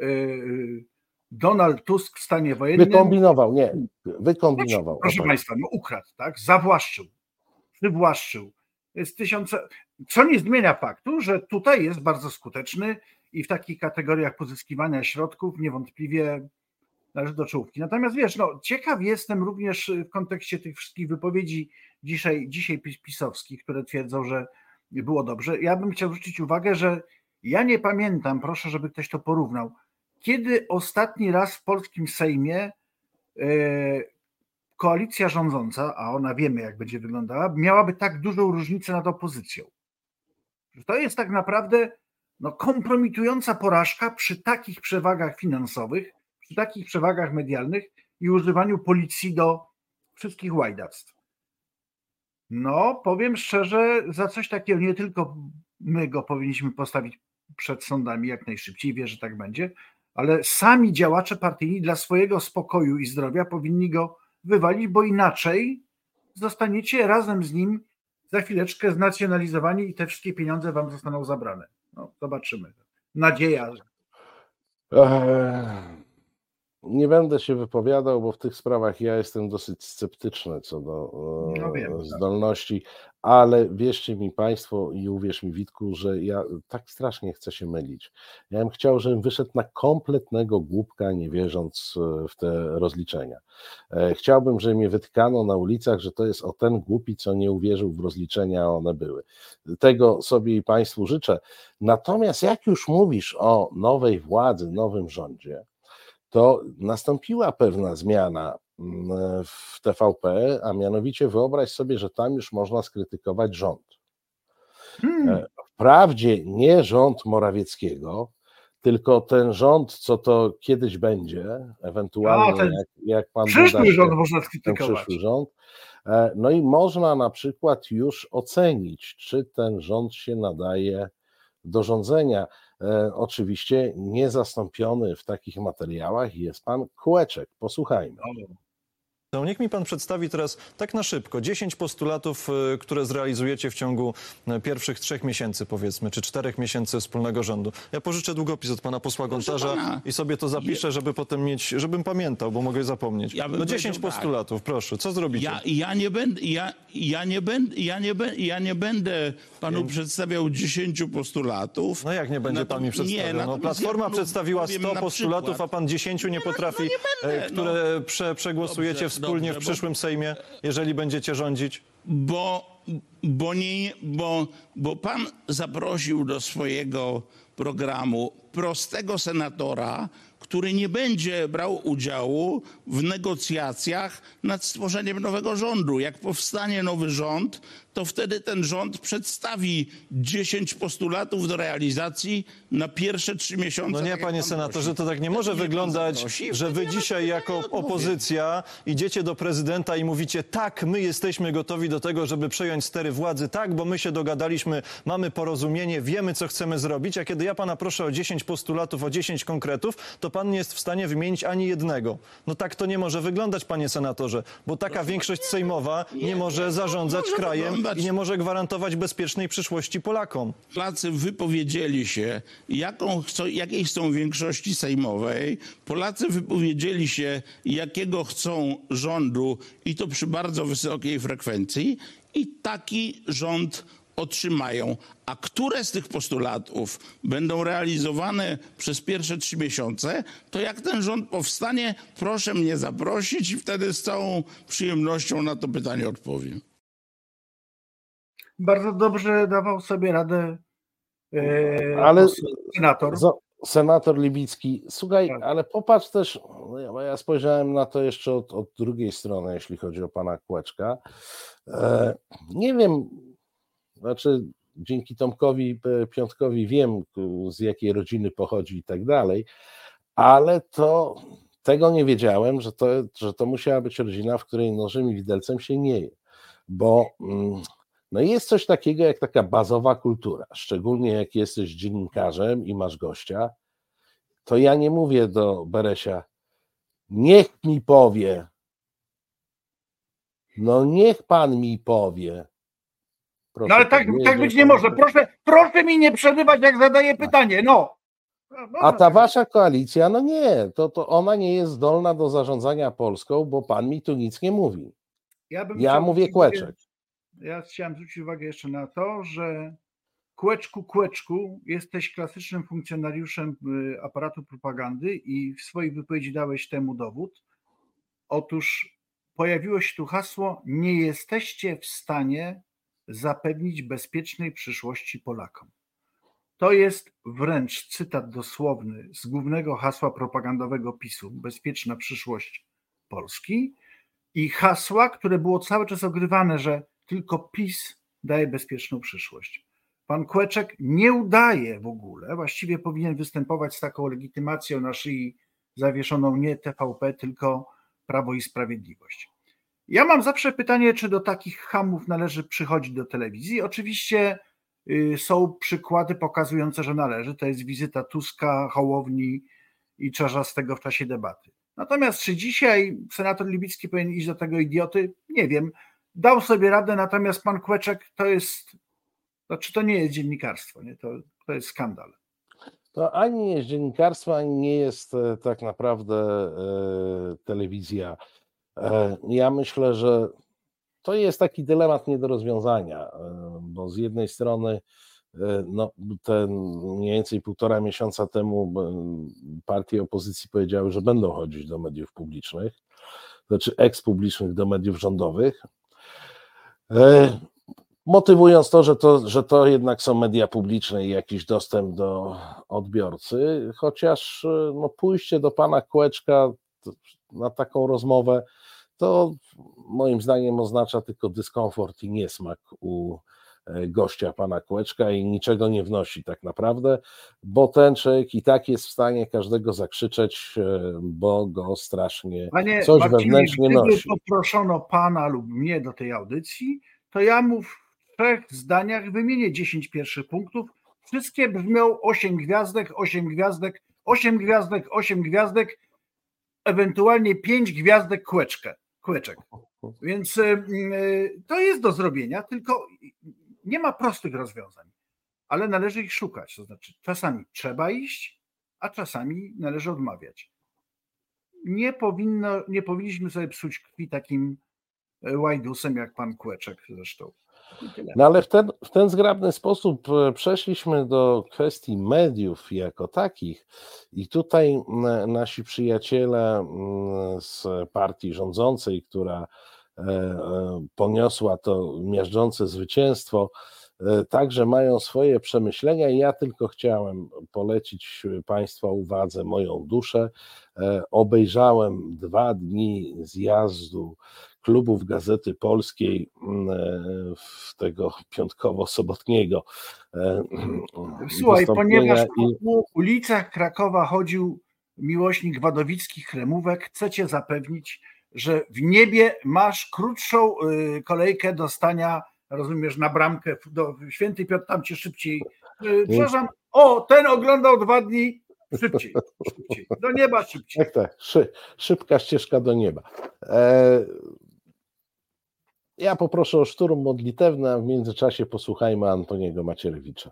Donald Tusk w stanie wojennym... Wykombinował. Proszę Państwa, no ukradł, tak? Zawłaszczył, przywłaszczył. Jest co nie zmienia faktu, że tutaj jest bardzo skuteczny i w takich kategoriach pozyskiwania środków niewątpliwie należy do czołówki. Natomiast wiesz, no, ciekaw jestem również w kontekście tych wszystkich wypowiedzi dzisiaj pisowskich, które twierdzą, że było dobrze. Ja bym chciał zwrócić uwagę, że ja nie pamiętam, proszę, żeby ktoś to porównał, kiedy ostatni raz w polskim Sejmie koalicja rządząca, a ona wiemy, jak będzie wyglądała, miałaby tak dużą różnicę nad opozycją. To jest tak naprawdę no, kompromitująca porażka przy takich przewagach finansowych, przy takich przewagach medialnych i używaniu policji do wszystkich łajdactw. No, powiem szczerze, za coś takiego nie tylko my go powinniśmy postawić przed sądami jak najszybciej, wierzę, że tak będzie, ale sami działacze partyjni dla swojego spokoju i zdrowia powinni go wywalić, bo inaczej zostaniecie razem z nim za chwileczkę znacjonalizowani i te wszystkie pieniądze wam zostaną zabrane. No, zobaczymy. Nadzieja. Nie będę się wypowiadał, bo w tych sprawach ja jestem dosyć sceptyczny co do zdolności, ale wierzcie mi Państwo i uwierz mi, Witku, że ja tak strasznie chcę się mylić. Ja bym chciał, żebym wyszedł na kompletnego głupka, nie wierząc w te rozliczenia. Chciałbym, żeby mnie wytykano na ulicach, że to jest o ten głupi, co nie uwierzył w rozliczenia, a one były. Tego sobie i Państwu życzę. Natomiast jak już mówisz o nowej władzy, nowym rządzie, to nastąpiła pewna zmiana w TVP, a mianowicie wyobraź sobie, że tam już można skrytykować rząd. Wprawdzie nie rząd Morawieckiego, tylko ten rząd, co to kiedyś będzie, ewentualnie jak pan przyszły rząd można skrytykować. Przyszły rząd. No i można na przykład już ocenić, czy ten rząd się nadaje do rządzenia. Oczywiście niezastąpiony w takich materiałach jest pan Kłeczek. Posłuchajmy. Niech mi pan przedstawi teraz tak na szybko 10 postulatów, które zrealizujecie w ciągu pierwszych 3 miesięcy, powiedzmy, czy 4 miesięcy wspólnego rządu. Ja pożyczę długopis od pana posła Gontarza i sobie to zapiszę, żeby potem mieć, żebym pamiętał, bo mogę zapomnieć. No 10 postulatów, proszę, co zrobicie? Ja nie będę panu przedstawiał 10 postulatów. No jak nie będzie pan mi przedstawiał? No, Platforma przedstawiła 100 postulatów, a pan 10 nie potrafi, które przegłosujecie wspólnie w przyszłym Sejmie, jeżeli będziecie rządzić? Bo pan zaprosił do swojego programu prostego senatora, który nie będzie brał udziału w negocjacjach nad stworzeniem nowego rządu. Jak powstanie nowy rząd, to wtedy ten rząd przedstawi 10 postulatów do realizacji na pierwsze 3 miesiące. No nie, panie senatorze, to tak nie może wyglądać, że wy dzisiaj jako opozycja idziecie do prezydenta i mówicie: tak, my jesteśmy gotowi do tego, żeby przejąć stery władzy, tak, bo my się dogadaliśmy, mamy porozumienie, wiemy, co chcemy zrobić, a kiedy ja pana proszę o 10 postulatów, o 10 konkretów, to pan nie jest w stanie wymienić ani jednego. No tak to nie może wyglądać, panie senatorze, bo taka większość sejmowa nie może zarządzać krajem i nie może gwarantować bezpiecznej przyszłości Polakom. Polacy wypowiedzieli się, jakiej chcą większości sejmowej. Polacy wypowiedzieli się, jakiego chcą rządu, i to przy bardzo wysokiej frekwencji, i taki rząd otrzymają. A które z tych postulatów będą realizowane przez pierwsze 3 miesiące, to jak ten rząd powstanie, proszę mnie zaprosić i wtedy z całą przyjemnością na to pytanie odpowiem. Bardzo dobrze dawał sobie radę ale senator. Senator Libicki, słuchaj, ale popatrz też, ja spojrzałem na to jeszcze od drugiej strony, jeśli chodzi o pana Kłeczka. Nie wiem, znaczy dzięki Tomkowi Piątkowi wiem, z jakiej rodziny pochodzi i tak dalej, ale tego nie wiedziałem, że to musiała być rodzina, w której nożem i widelcem się nie je, bo no jest coś takiego jak taka bazowa kultura, szczególnie jak jesteś dziennikarzem i masz gościa, to ja nie mówię do Beresia: niech mi powie, no niech pan mi powie. Proszę, no ale tak być nie może. Proszę mi nie przerywać, jak zadaję pytanie. No. A ta wasza koalicja, no nie, to ona nie jest zdolna do zarządzania Polską, bo pan mi tu nic nie mówi. Ja mówię Kłeczek. Ja chciałem zwrócić uwagę jeszcze na to, że Kłeczku, jesteś klasycznym funkcjonariuszem aparatu propagandy i w swojej wypowiedzi dałeś temu dowód. Otóż pojawiło się tu hasło: nie jesteście w stanie zapewnić bezpiecznej przyszłości Polakom. To jest wręcz cytat dosłowny z głównego hasła propagandowego PiS-u: bezpieczna przyszłość Polski, i hasła, które było cały czas ogrywane, że tylko PiS daje bezpieczną przyszłość. Pan Kłeczek nie udaje w ogóle, właściwie powinien występować z taką legitymacją na szyi zawieszoną nie TVP, tylko Prawo i Sprawiedliwość. Ja mam zawsze pytanie, czy do takich chamów należy przychodzić do telewizji. Oczywiście są przykłady pokazujące, że należy. To jest wizyta Tuska, Hołowni i Czarzastego w czasie debaty. Natomiast czy dzisiaj senator Libicki powinien iść do tego idioty? Nie wiem. Dał sobie radę, natomiast pan Kłeczek to nie jest dziennikarstwo, nie? To jest skandal. To ani nie jest dziennikarstwo, ani nie jest tak naprawdę telewizja. Ja myślę, że to jest taki dylemat nie do rozwiązania, bo z jednej strony mniej więcej 1,5 miesiąca temu partie opozycji powiedziały, że będą chodzić do mediów publicznych, znaczy ekspublicznych do mediów rządowych. motywując że to jednak są media publiczne i jakiś dostęp do odbiorcy, chociaż no, pójście do pana Kłeczka na taką rozmowę, to moim zdaniem oznacza tylko dyskomfort i niesmak u gościa pana Kłeczka i niczego nie wnosi tak naprawdę, bo ten człowiek i tak jest w stanie każdego zakrzyczeć, bo go strasznie coś Marcinie, wewnętrznie gdyby nosi. poproszono pana lub mnie do tej audycji, to ja mu w 3 zdaniach wymienię 10 pierwszych punktów. Wszystkie brzmią 8 gwiazdek, 8 gwiazdek, 8 gwiazdek, 8 gwiazdek, ewentualnie 5 gwiazdek Kłeczek. Więc to jest do zrobienia, tylko nie ma prostych rozwiązań, ale należy ich szukać. To znaczy czasami trzeba iść, a czasami należy odmawiać. Nie powinniśmy sobie psuć krwi takim łajdusem jak pan Kłeczek zresztą. No ale w ten zgrabny sposób przeszliśmy do kwestii mediów jako takich i tutaj nasi przyjaciele z partii rządzącej, która poniosła to miażdżące zwycięstwo, także mają swoje przemyślenia i ja tylko chciałem polecić Państwa uwadze moją duszę. Obejrzałem 2 dni zjazdu klubów Gazety Polskiej, tego piątkowo-sobotniego. Słuchaj, ponieważ po ulicach Krakowa chodził miłośnik wadowickich kremówek, chcę cię zapewnić, że w niebie masz krótszą kolejkę do stania, rozumiesz, na bramkę do Święty Piotr, tam cię szybciej. Przepraszam, ten oglądał 2 dni szybciej, do nieba szybciej. Tak, szybka ścieżka do nieba. Ja poproszę o szturm modlitewny, a w międzyczasie posłuchajmy Antoniego Macierewicza.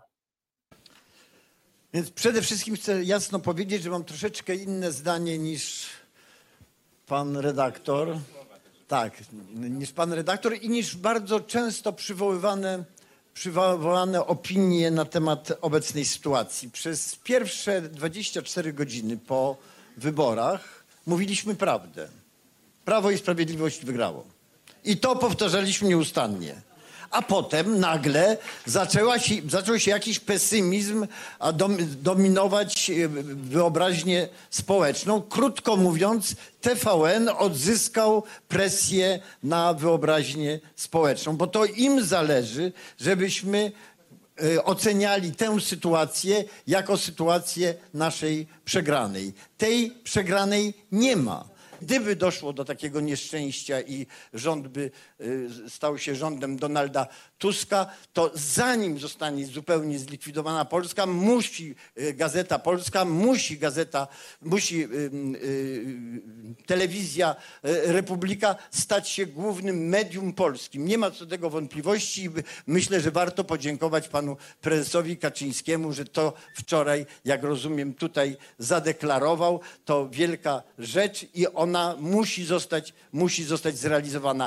Więc przede wszystkim chcę jasno powiedzieć, że mam troszeczkę inne zdanie niż pan redaktor. Tak, niż pan redaktor i niż bardzo często przywoływane opinie na temat obecnej sytuacji. Przez pierwsze 24 godziny po wyborach mówiliśmy prawdę. Prawo i Sprawiedliwość wygrało. I to powtarzaliśmy nieustannie. A potem nagle zaczął się jakiś pesymizm dominować wyobraźnię społeczną. Krótko mówiąc, TVN odzyskał presję na wyobraźnię społeczną, bo to im zależy, żebyśmy oceniali tę sytuację jako sytuację naszej przegranej. Tej przegranej nie ma. Gdyby doszło do takiego nieszczęścia i rząd by stał się rządem Donalda Tuska, to zanim zostanie zupełnie zlikwidowana Polska, musi Gazeta Polska, musi telewizja Republika stać się głównym medium polskim. Nie ma co do tego wątpliwości. Myślę, że warto podziękować panu prezesowi Kaczyńskiemu, że to wczoraj, jak rozumiem, tutaj zadeklarował. To wielka rzecz i ona musi zostać zrealizowana.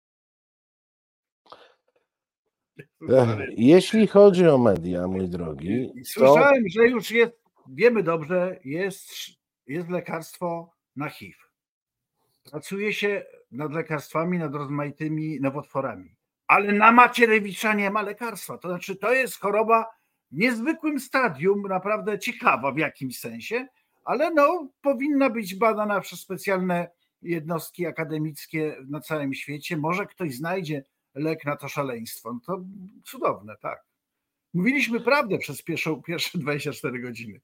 Jeśli chodzi o media, mój drogi, Słyszałem, że już wiemy dobrze, jest lekarstwo na HIV. Pracuje się nad lekarstwami, nad rozmaitymi nowotworami, ale na Macierewicza nie ma lekarstwa. To znaczy, to jest choroba w niezwykłym stadium, naprawdę ciekawa w jakimś sensie, ale powinna być badana przez specjalne jednostki akademickie na całym świecie. Może ktoś znajdzie lek na to szaleństwo. To cudowne, tak. Mówiliśmy prawdę przez pierwsze 24 godziny.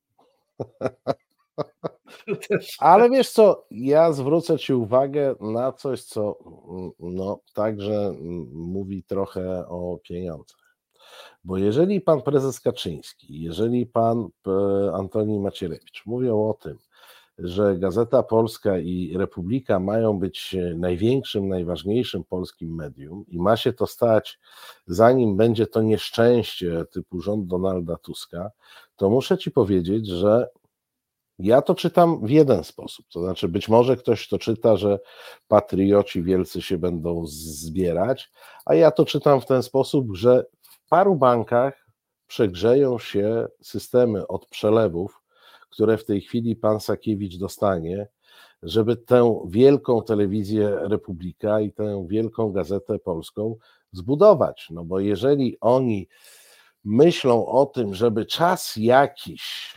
Ale wiesz co, ja zwrócę ci uwagę na coś, co także mówi trochę o pieniądzach. Bo jeżeli pan prezes Kaczyński, jeżeli pan Antoni Macierewicz mówią o tym, że Gazeta Polska i Republika mają być największym, najważniejszym polskim medium i ma się to stać, zanim będzie to nieszczęście typu rząd Donalda Tuska, to muszę ci powiedzieć, że ja to czytam w jeden sposób. To znaczy, być może ktoś to czyta, że patrioci wielcy się będą zbierać, a ja to czytam w ten sposób, że w paru bankach przegrzeją się systemy od przelewów, które w tej chwili pan Sakiewicz dostanie, żeby tę wielką telewizję Republika i tę wielką Gazetę Polską zbudować, no bo jeżeli oni myślą o tym, żeby czas jakiś,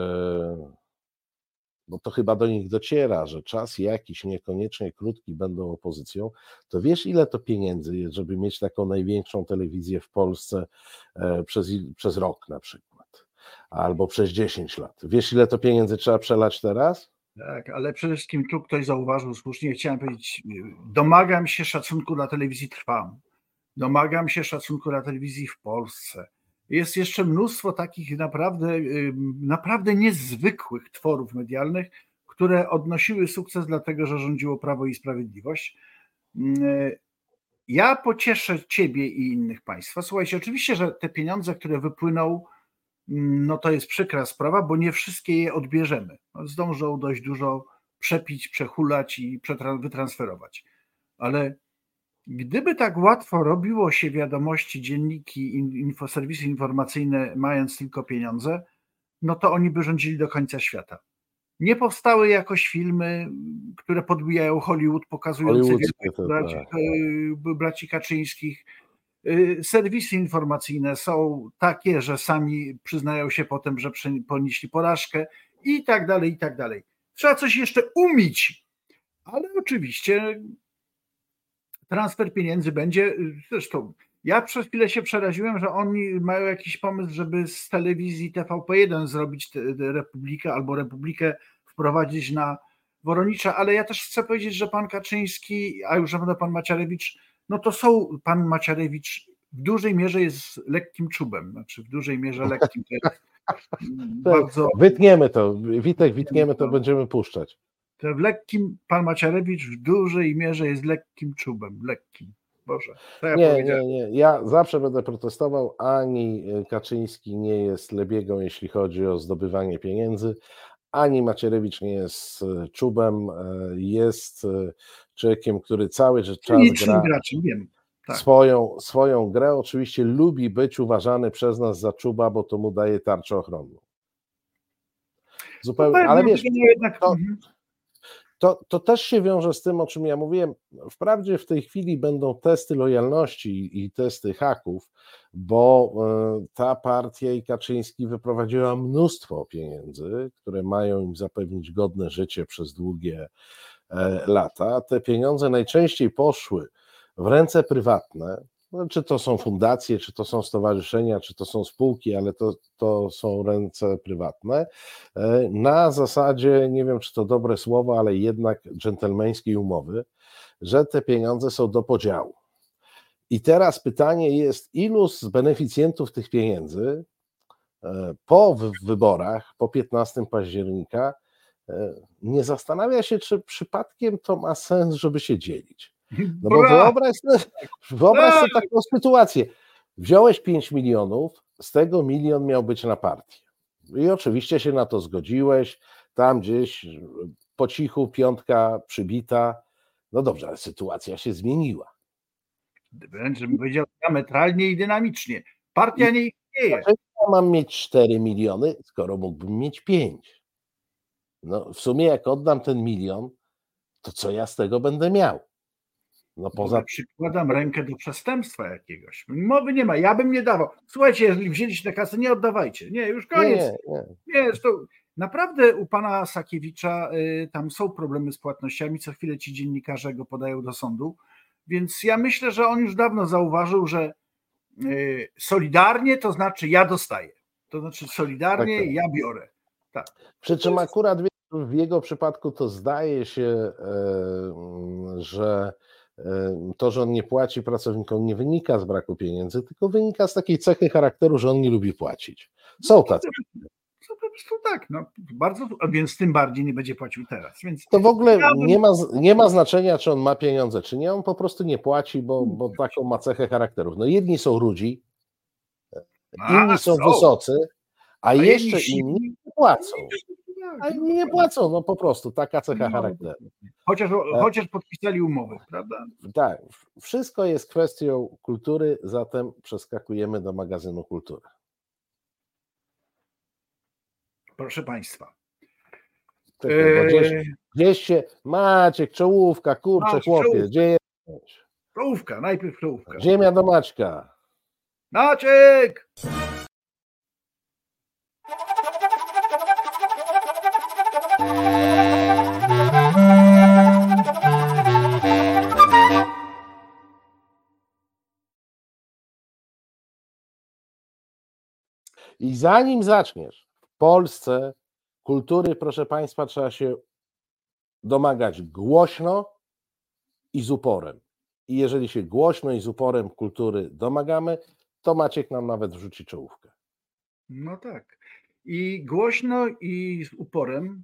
bo to chyba do nich dociera, że czas jakiś, niekoniecznie krótki, będą opozycją, to wiesz, ile to pieniędzy jest, żeby mieć taką największą telewizję w Polsce przez rok na przykład, albo przez 10 lat. Wiesz, ile to pieniędzy trzeba przelać teraz? Tak, ale przede wszystkim tu ktoś zauważył słusznie, chciałem powiedzieć, domagam się szacunku dla telewizji Trwam, domagam się szacunku dla telewizji w Polsce. Jest jeszcze mnóstwo takich naprawdę niezwykłych tworów medialnych, które odnosiły sukces dlatego, że rządziło Prawo i Sprawiedliwość. Ja pocieszę Ciebie i innych Państwa. Słuchajcie, oczywiście, że te pieniądze, które wypłyną, no to jest przykra sprawa, bo nie wszystkie je odbierzemy. Zdążą dość dużo przepić, przehulać i wytransferować. Ale gdyby tak łatwo robiło się wiadomości, dzienniki, serwisy informacyjne, mając tylko pieniądze, no to oni by rządzili do końca świata. Nie powstały jakoś filmy, które podbijają Hollywood, pokazujące braci Kaczyńskich. Serwisy informacyjne są takie, że sami przyznają się potem, że ponieśli porażkę i tak dalej, i tak dalej. Trzeba coś jeszcze umieć, ale oczywiście transfer pieniędzy będzie. Zresztą ja przez chwilę się przeraziłem, że oni mają jakiś pomysł, żeby z telewizji TVP1 zrobić Republikę albo Republikę wprowadzić na Woronicza, ale ja też chcę powiedzieć, że pan Kaczyński, a już na pewno pan Macierewicz, no to pan Macierewicz w dużej mierze jest lekkim czubem, znaczy w dużej mierze lekkim. To jest bardzo... Wytniemy to, Witek, to będziemy puszczać. To pan Macierewicz w dużej mierze jest lekkim czubem, lekkim. Boże, nie. Ja zawsze będę protestował, ani Kaczyński nie jest lebiegą, jeśli chodzi o zdobywanie pieniędzy, ani Macierewicz nie jest czubem, jest człowiekiem, który cały czas gra swoją grę. Oczywiście lubi być uważany przez nas za czuba, bo to mu daje tarczę ochronną. Zupełnie, ale wiesz, to też się wiąże z tym, o czym ja mówiłem. Wprawdzie w tej chwili będą testy lojalności i testy haków, bo ta partia i Kaczyński wyprowadziła mnóstwo pieniędzy, które mają im zapewnić godne życie przez długie lata. Te pieniądze najczęściej poszły w ręce prywatne, no, czy to są fundacje, czy to są stowarzyszenia, czy to są spółki, ale to są ręce prywatne, na zasadzie, nie wiem czy to dobre słowo, ale jednak dżentelmeńskiej umowy, że te pieniądze są do podziału. I teraz pytanie jest, ilu z beneficjentów tych pieniędzy po wyborach, po 15 października nie zastanawia się, czy przypadkiem to ma sens, żeby się dzielić. No bo wyobraź sobie taką sytuację. Wziąłeś 5 milionów, z tego 1 milion miał być na partię. I oczywiście się na to zgodziłeś, tam gdzieś po cichu, piątka przybita. No dobrze, ale sytuacja się zmieniła. Wręcz bym powiedział diametralnie i dynamicznie. Partia nie istnieje. Dlaczego ja mam mieć 4 miliony, skoro mógłbym mieć 5? No w sumie jak oddam ten 1 milion, to co ja z tego będę miał? No poza... Przykładam rękę do przestępstwa jakiegoś. Mowy nie ma, ja bym nie dawał. Słuchajcie, jeżeli wzięliście kasę, nie oddawajcie. Nie, już koniec. Nie, to naprawdę u pana Sakiewicza tam są problemy z płatnościami, co chwilę ci dziennikarze go podają do sądu, więc ja myślę, że on już dawno zauważył, że solidarnie to znaczy ja dostaję. To znaczy solidarnie tak. Ja biorę. Tak. Przy czym akurat w jego przypadku to zdaje się, że to, że on nie płaci pracownikom, nie wynika z braku pieniędzy, tylko wynika z takiej cechy charakteru, że on nie lubi płacić. Są tacy. Po prostu tak, no bardzo, więc tym bardziej nie będzie płacił teraz. Więc to w ogóle nie ma znaczenia, czy on ma pieniądze, czy nie, on po prostu nie płaci, bo taką ma cechę charakterów. No jedni są rudzi, inni są wysocy, a jeszcze inni nie płacą. A inni nie płacą, no po prostu, taka cecha charakteru. Chociaż podpisali umowy, prawda? Tak, wszystko jest kwestią kultury, zatem przeskakujemy do magazynu kultury. Proszę Państwa. Gdzieś się, Maciek, czołówka, kurczę, chłopie, gdzie jesteś? Czołówka, najpierw czołówka. Ziemia do Maćka. Maciek! I zanim zaczniesz, w Polsce kultury, proszę Państwa, trzeba się domagać głośno i z uporem. I jeżeli się głośno i z uporem kultury domagamy, to Maciek nam nawet wrzuci czołówkę. No tak. I głośno i z uporem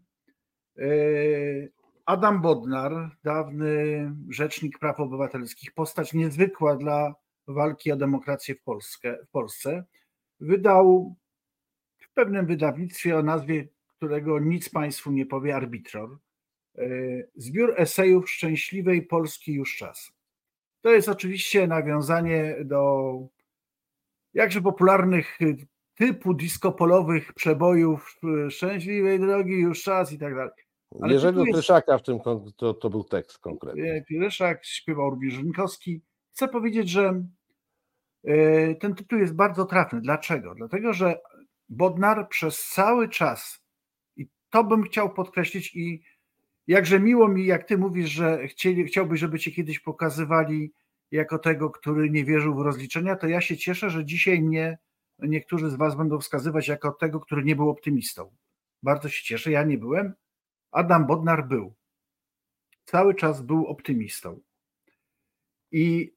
Adam Bodnar, dawny rzecznik praw obywatelskich, postać niezwykła dla walki o demokrację w Polsce, wydał w pewnym wydawnictwie o nazwie, którego nic Państwu nie powie, Arbitror, zbiór esejów Szczęśliwej Polski już czas. To jest oczywiście nawiązanie do jakże popularnych typu disco-polowych przebojów Szczęśliwej drogi już czas i tak dalej. Jerzego Kryszaka w tym to był tekst konkretny. Kryszak śpiewał również Rzynkowski. Chcę powiedzieć, że ten tytuł jest bardzo trafny. Dlaczego? Dlatego, że Bodnar przez cały czas, i to bym chciał podkreślić, i jakże miło mi, jak ty mówisz, że chciałbyś, żeby cię kiedyś pokazywali jako tego, który nie wierzył w rozliczenia, to ja się cieszę, że dzisiaj mnie niektórzy z was będą wskazywać jako tego, który nie był optymistą. Bardzo się cieszę, ja nie byłem. Adam Bodnar był. Cały czas był optymistą. I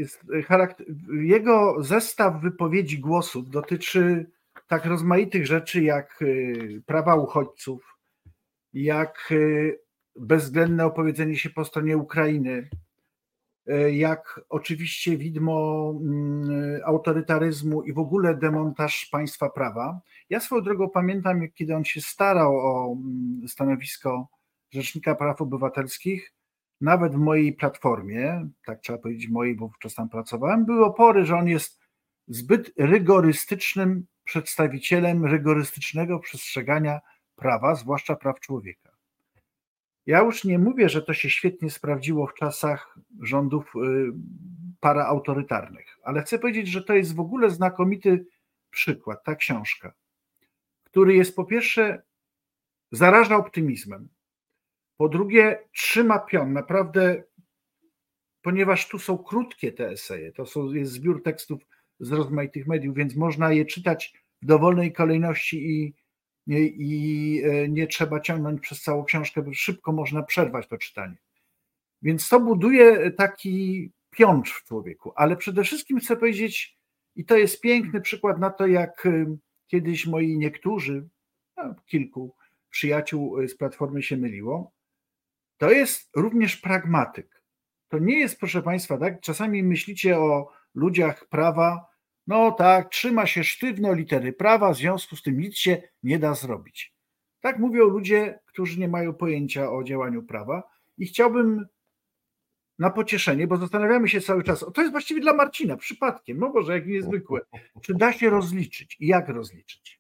jego zestaw wypowiedzi głosów dotyczy tak rozmaitych rzeczy jak prawa uchodźców, jak bezwzględne opowiedzenie się po stronie Ukrainy, jak oczywiście widmo autorytaryzmu i w ogóle demontaż państwa prawa. Ja swoją drogą pamiętam, kiedy on się starał o stanowisko Rzecznika Praw Obywatelskich, nawet w mojej platformie, tak trzeba powiedzieć mojej, bo wówczas tam pracowałem, były opory, że on jest zbyt rygorystycznym przedstawicielem rygorystycznego przestrzegania prawa, zwłaszcza praw człowieka. Ja już nie mówię, że to się świetnie sprawdziło w czasach rządów paraautorytarnych, ale chcę powiedzieć, że to jest w ogóle znakomity przykład, ta książka, który jest po pierwsze zaraża optymizmem, po drugie trzyma pion, naprawdę, ponieważ tu są krótkie te eseje, jest zbiór tekstów z rozmaitych mediów, więc można je czytać w dowolnej kolejności i nie trzeba ciągnąć przez całą książkę, bo szybko można przerwać to czytanie. Więc to buduje taki piącz w człowieku, ale przede wszystkim chcę powiedzieć, i to jest piękny przykład na to, jak kiedyś moi niektórzy, kilku przyjaciół z Platformy się myliło, to jest również pragmatyk. To nie jest, proszę Państwa, tak, czasami myślicie o ludziach prawa, no tak, trzyma się sztywno litery prawa, w związku z tym nic się nie da zrobić. Tak mówią ludzie, którzy nie mają pojęcia o działaniu prawa i chciałbym na pocieszenie, bo zastanawiamy się cały czas, to jest właściwie dla Marcina, przypadkiem, no Boże, jak niezwykłe, czy da się rozliczyć i jak rozliczyć?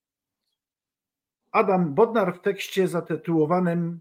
Adam Bodnar w tekście zatytułowanym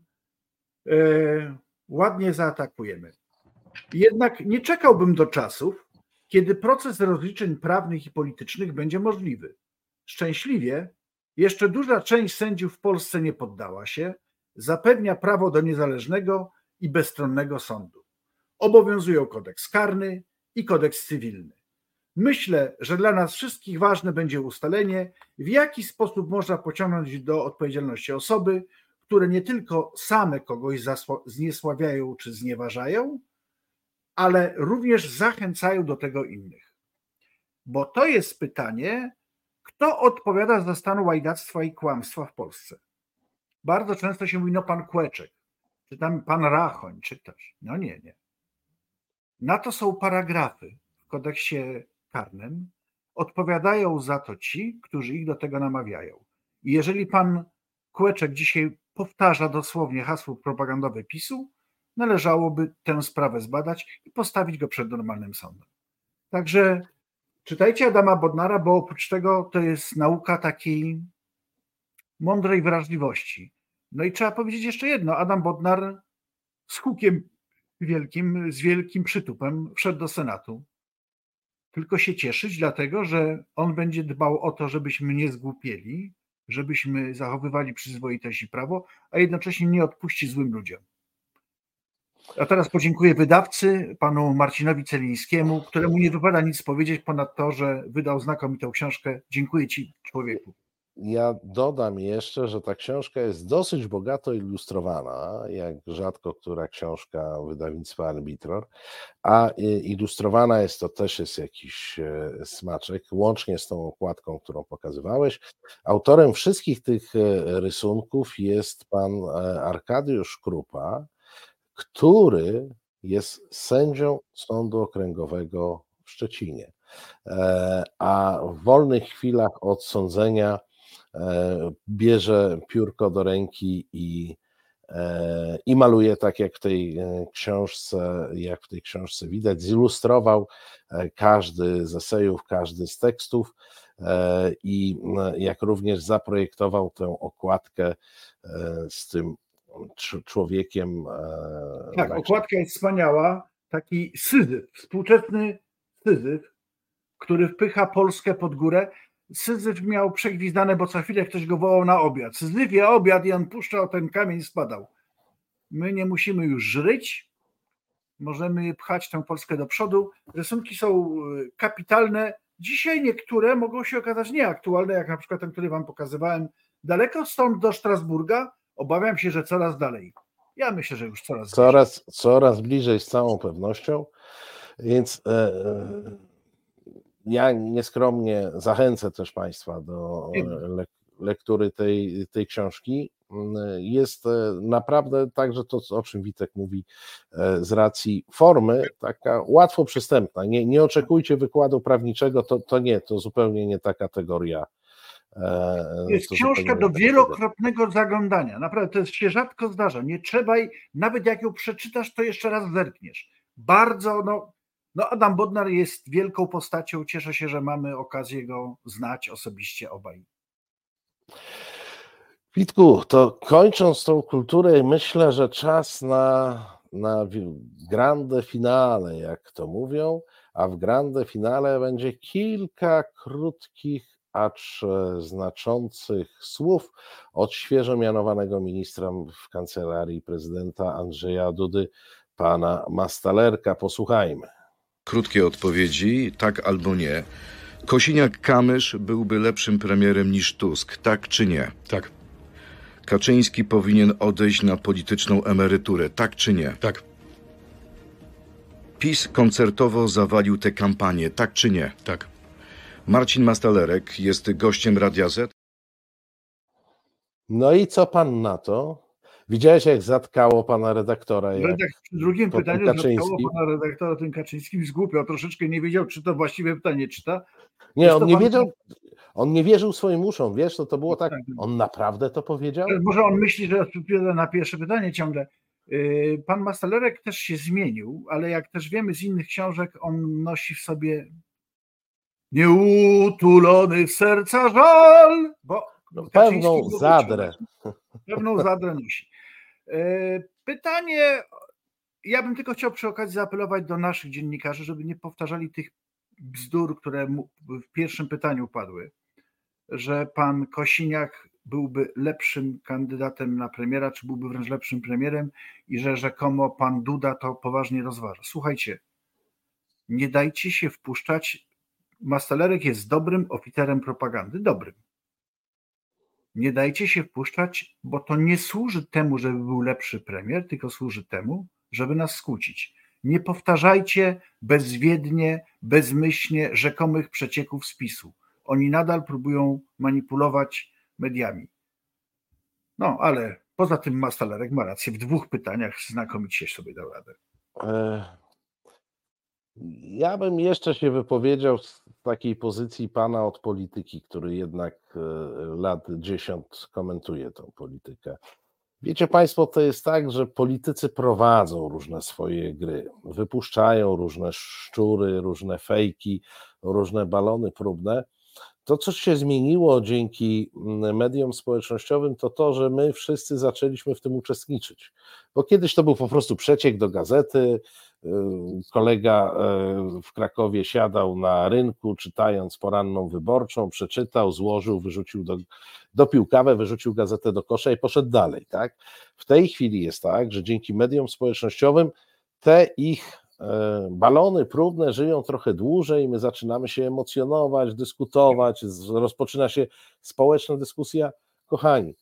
Ładnie zaatakujemy. Jednak nie czekałbym do czasów, kiedy proces rozliczeń prawnych i politycznych będzie możliwy. Szczęśliwie jeszcze duża część sędziów w Polsce nie poddała się, zapewnia prawo do niezależnego i bezstronnego sądu. Obowiązują kodeks karny i kodeks cywilny. Myślę, że dla nas wszystkich ważne będzie ustalenie, w jaki sposób można pociągnąć do odpowiedzialności osoby, które nie tylko same kogoś zniesławiają czy znieważają, ale również zachęcają do tego innych. Bo to jest pytanie, kto odpowiada za stan łajdactwa i kłamstwa w Polsce. Bardzo często się mówi, no pan Kłeczek, czy tam pan Rachoń, czy ktoś. No nie. Na to są paragrafy w kodeksie karnym. Odpowiadają za to ci, którzy ich do tego namawiają. I jeżeli pan Kłeczek dzisiaj powtarza dosłownie hasło propagandowe PiS-u, należałoby tę sprawę zbadać i postawić go przed normalnym sądem. Także czytajcie Adama Bodnara, bo oprócz tego to jest nauka takiej mądrej wrażliwości. No i trzeba powiedzieć jeszcze jedno, Adam Bodnar z hukiem z wielkim przytupem wszedł do Senatu. Tylko się cieszyć, dlatego że on będzie dbał o to, żebyśmy nie zgłupieli, żebyśmy zachowywali przyzwoitość i prawo, a jednocześnie nie odpuści złym ludziom. A teraz podziękuję wydawcy, panu Marcinowi Celińskiemu, któremu nie wypada nic powiedzieć ponad to, że wydał znakomitą książkę. Dziękuję ci, człowieku. Ja dodam jeszcze, że ta książka jest dosyć bogato ilustrowana, jak rzadko która książka wydawnictwa Arbitror, a ilustrowana jest to też jest jakiś smaczek, łącznie z tą okładką, którą pokazywałeś. Autorem wszystkich tych rysunków jest pan Arkadiusz Krupa, który jest sędzią Sądu Okręgowego w Szczecinie, a w wolnych chwilach od sądzenia bierze piórko do ręki i maluje tak, jak w tej książce widać. Zilustrował każdy z esejów, każdy z tekstów i jak również zaprojektował tę okładkę z tym człowiekiem. Tak, okładka jest wspaniała. Taki Syzyf, współczesny Syzyf, który wpycha Polskę pod górę. Syzyf miał przegwizdane, bo co chwilę ktoś go wołał na obiad. Syzyfie, obiad, i on puszczał, ten kamień spadał. My nie musimy już żryć, możemy pchać tę Polskę do przodu. Rysunki są kapitalne. Dzisiaj niektóre mogą się okazać nieaktualne, jak na przykład ten, który wam pokazywałem. Daleko stąd do Strasburga, obawiam się, że coraz dalej. Ja myślę, że już coraz bliżej z całą pewnością, więc ja nieskromnie zachęcę też Państwa do lektury tej książki. Jest naprawdę także to, o czym Witek mówi, z racji formy, taka łatwo przystępna. Nie oczekujcie wykładu prawniczego, to zupełnie nie ta kategoria. Jest książka do wielokrotnego zaglądania. Naprawdę, to się rzadko zdarza. Nie trzeba, nawet jak ją przeczytasz, to jeszcze raz zerkniesz. Bardzo, Adam Bodnar jest wielką postacią. Cieszę się, że mamy okazję go znać osobiście obaj. Witku, to kończąc tą kulturę, myślę, że czas na grande finale, jak to mówią, a w grande finale będzie kilka krótkich, acz znaczących słów od świeżo mianowanego ministra w kancelarii prezydenta Andrzeja Dudy, pana Mastalerka. Posłuchajmy. Krótkie odpowiedzi, tak albo nie. Kosiniak-Kamysz byłby lepszym premierem niż Tusk, tak czy nie? Tak. Kaczyński powinien odejść na polityczną emeryturę, tak czy nie? Tak. PiS koncertowo zawalił tę kampanię, tak czy nie? Tak. Marcin Mastalerek jest gościem Radia Z. No i co pan na to? Widziałeś, jak zatkało pana redaktora? Przy drugim pytaniu zatkało pana redaktora tym Kaczyńskim, zgłupiał troszeczkę, nie wiedział, czy to właściwe pytanie czyta. Nie, on nie wiedział, on nie wierzył swoim uszom, wiesz, to było tak, on naprawdę to powiedział? Może on myśli, że odpowiada na pierwsze pytanie ciągle. Pan Mastalerek też się zmienił, ale jak też wiemy z innych książek, on nosi w sobie nieutulony w serca żal, bo pewną zadrę. Pewną zadrę nosi. Pytanie, ja bym tylko chciał przy okazji zaapelować do naszych dziennikarzy, żeby nie powtarzali tych bzdur, które w pierwszym pytaniu padły, że pan Kosiniak byłby lepszym kandydatem na premiera, czy byłby wręcz lepszym premierem i że rzekomo pan Duda to poważnie rozważa. Słuchajcie, nie dajcie się wpuszczać. Mastalerek jest dobrym oficerem propagandy, dobrym. Nie dajcie się wpuszczać, bo to nie służy temu, żeby był lepszy premier, tylko służy temu, żeby nas skłócić. Nie powtarzajcie bezwiednie, bezmyślnie rzekomych przecieków z PiS-u. Oni nadal próbują manipulować mediami. No, ale poza tym Mastalerek ma rację. W dwóch pytaniach znakomicie sobie dał radę. Ja bym jeszcze się wypowiedział z takiej pozycji pana od polityki, który jednak lat 10 komentuje tą politykę. Wiecie państwo, to jest tak, że politycy prowadzą różne swoje gry, wypuszczają różne szczury, różne fejki, różne balony próbne. To, co się zmieniło dzięki mediom społecznościowym, to to, że my wszyscy zaczęliśmy w tym uczestniczyć. Bo kiedyś to był po prostu przeciek do gazety, kolega w Krakowie siadał na rynku, czytając poranną Wyborczą, przeczytał, złożył, wyrzucił dopił kawę, wyrzucił gazetę do kosza i poszedł dalej. Tak? W tej chwili jest tak, że dzięki mediom społecznościowym te ich balony próbne żyją trochę dłużej, my zaczynamy się emocjonować, dyskutować, rozpoczyna się społeczna dyskusja. Kochani,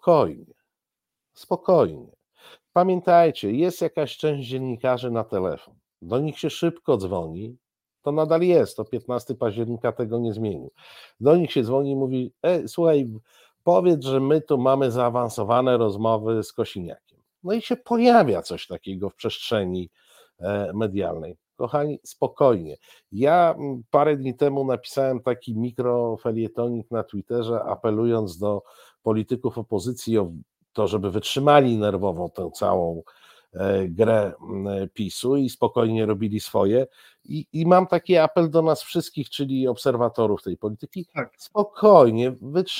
spokojnie. Pamiętajcie, jest jakaś część dziennikarzy na telefon, do nich się szybko dzwoni, to nadal jest, to 15 października tego nie zmienił. Do nich się dzwoni i mówi, słuchaj, powiedz, że my tu mamy zaawansowane rozmowy z Kosiniakiem. No i się pojawia coś takiego w przestrzeni medialnej. Kochani, spokojnie. Ja parę dni temu napisałem taki mikrofelietonik na Twitterze, apelując do polityków opozycji o to, żeby wytrzymali nerwowo tę całą grę PiS-u i spokojnie robili swoje. I mam taki apel do nas wszystkich, czyli obserwatorów tej polityki. Tak. Spokojnie,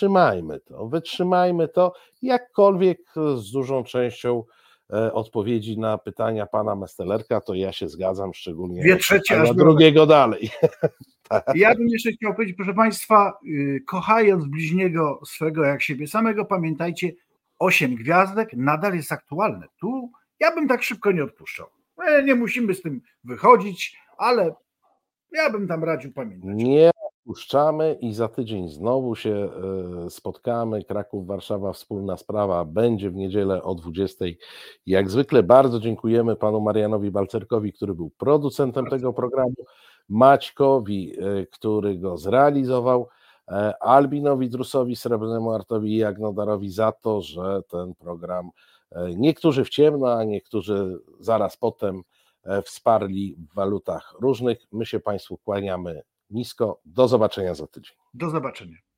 wytrzymajmy to, jakkolwiek z dużą częścią odpowiedzi na pytania pana Mestellerka, to ja się zgadzam, szczególnie a drugiego dalej. Tak. Ja bym jeszcze chciał powiedzieć, proszę państwa, kochając bliźniego swego jak siebie samego, pamiętajcie, 8 gwiazdek nadal jest aktualne. Tu ja bym tak szybko nie odpuszczał. Nie musimy z tym wychodzić, ale ja bym tam radził pamiętać. Nie odpuszczamy i za tydzień znowu się spotkamy. Kraków, Warszawa, wspólna sprawa będzie w niedzielę o 20:00. Jak zwykle bardzo dziękujemy panu Marianowi Balcerkowi, który był producentem tego programu, Maćkowi, który go zrealizował, Albinowi Drusowi, Srebrnemu Artowi i Jagnodarowi za to, że ten program niektórzy w ciemno, a niektórzy zaraz potem wsparli w walutach różnych. My się państwu kłaniamy nisko. Do zobaczenia za tydzień. Do zobaczenia.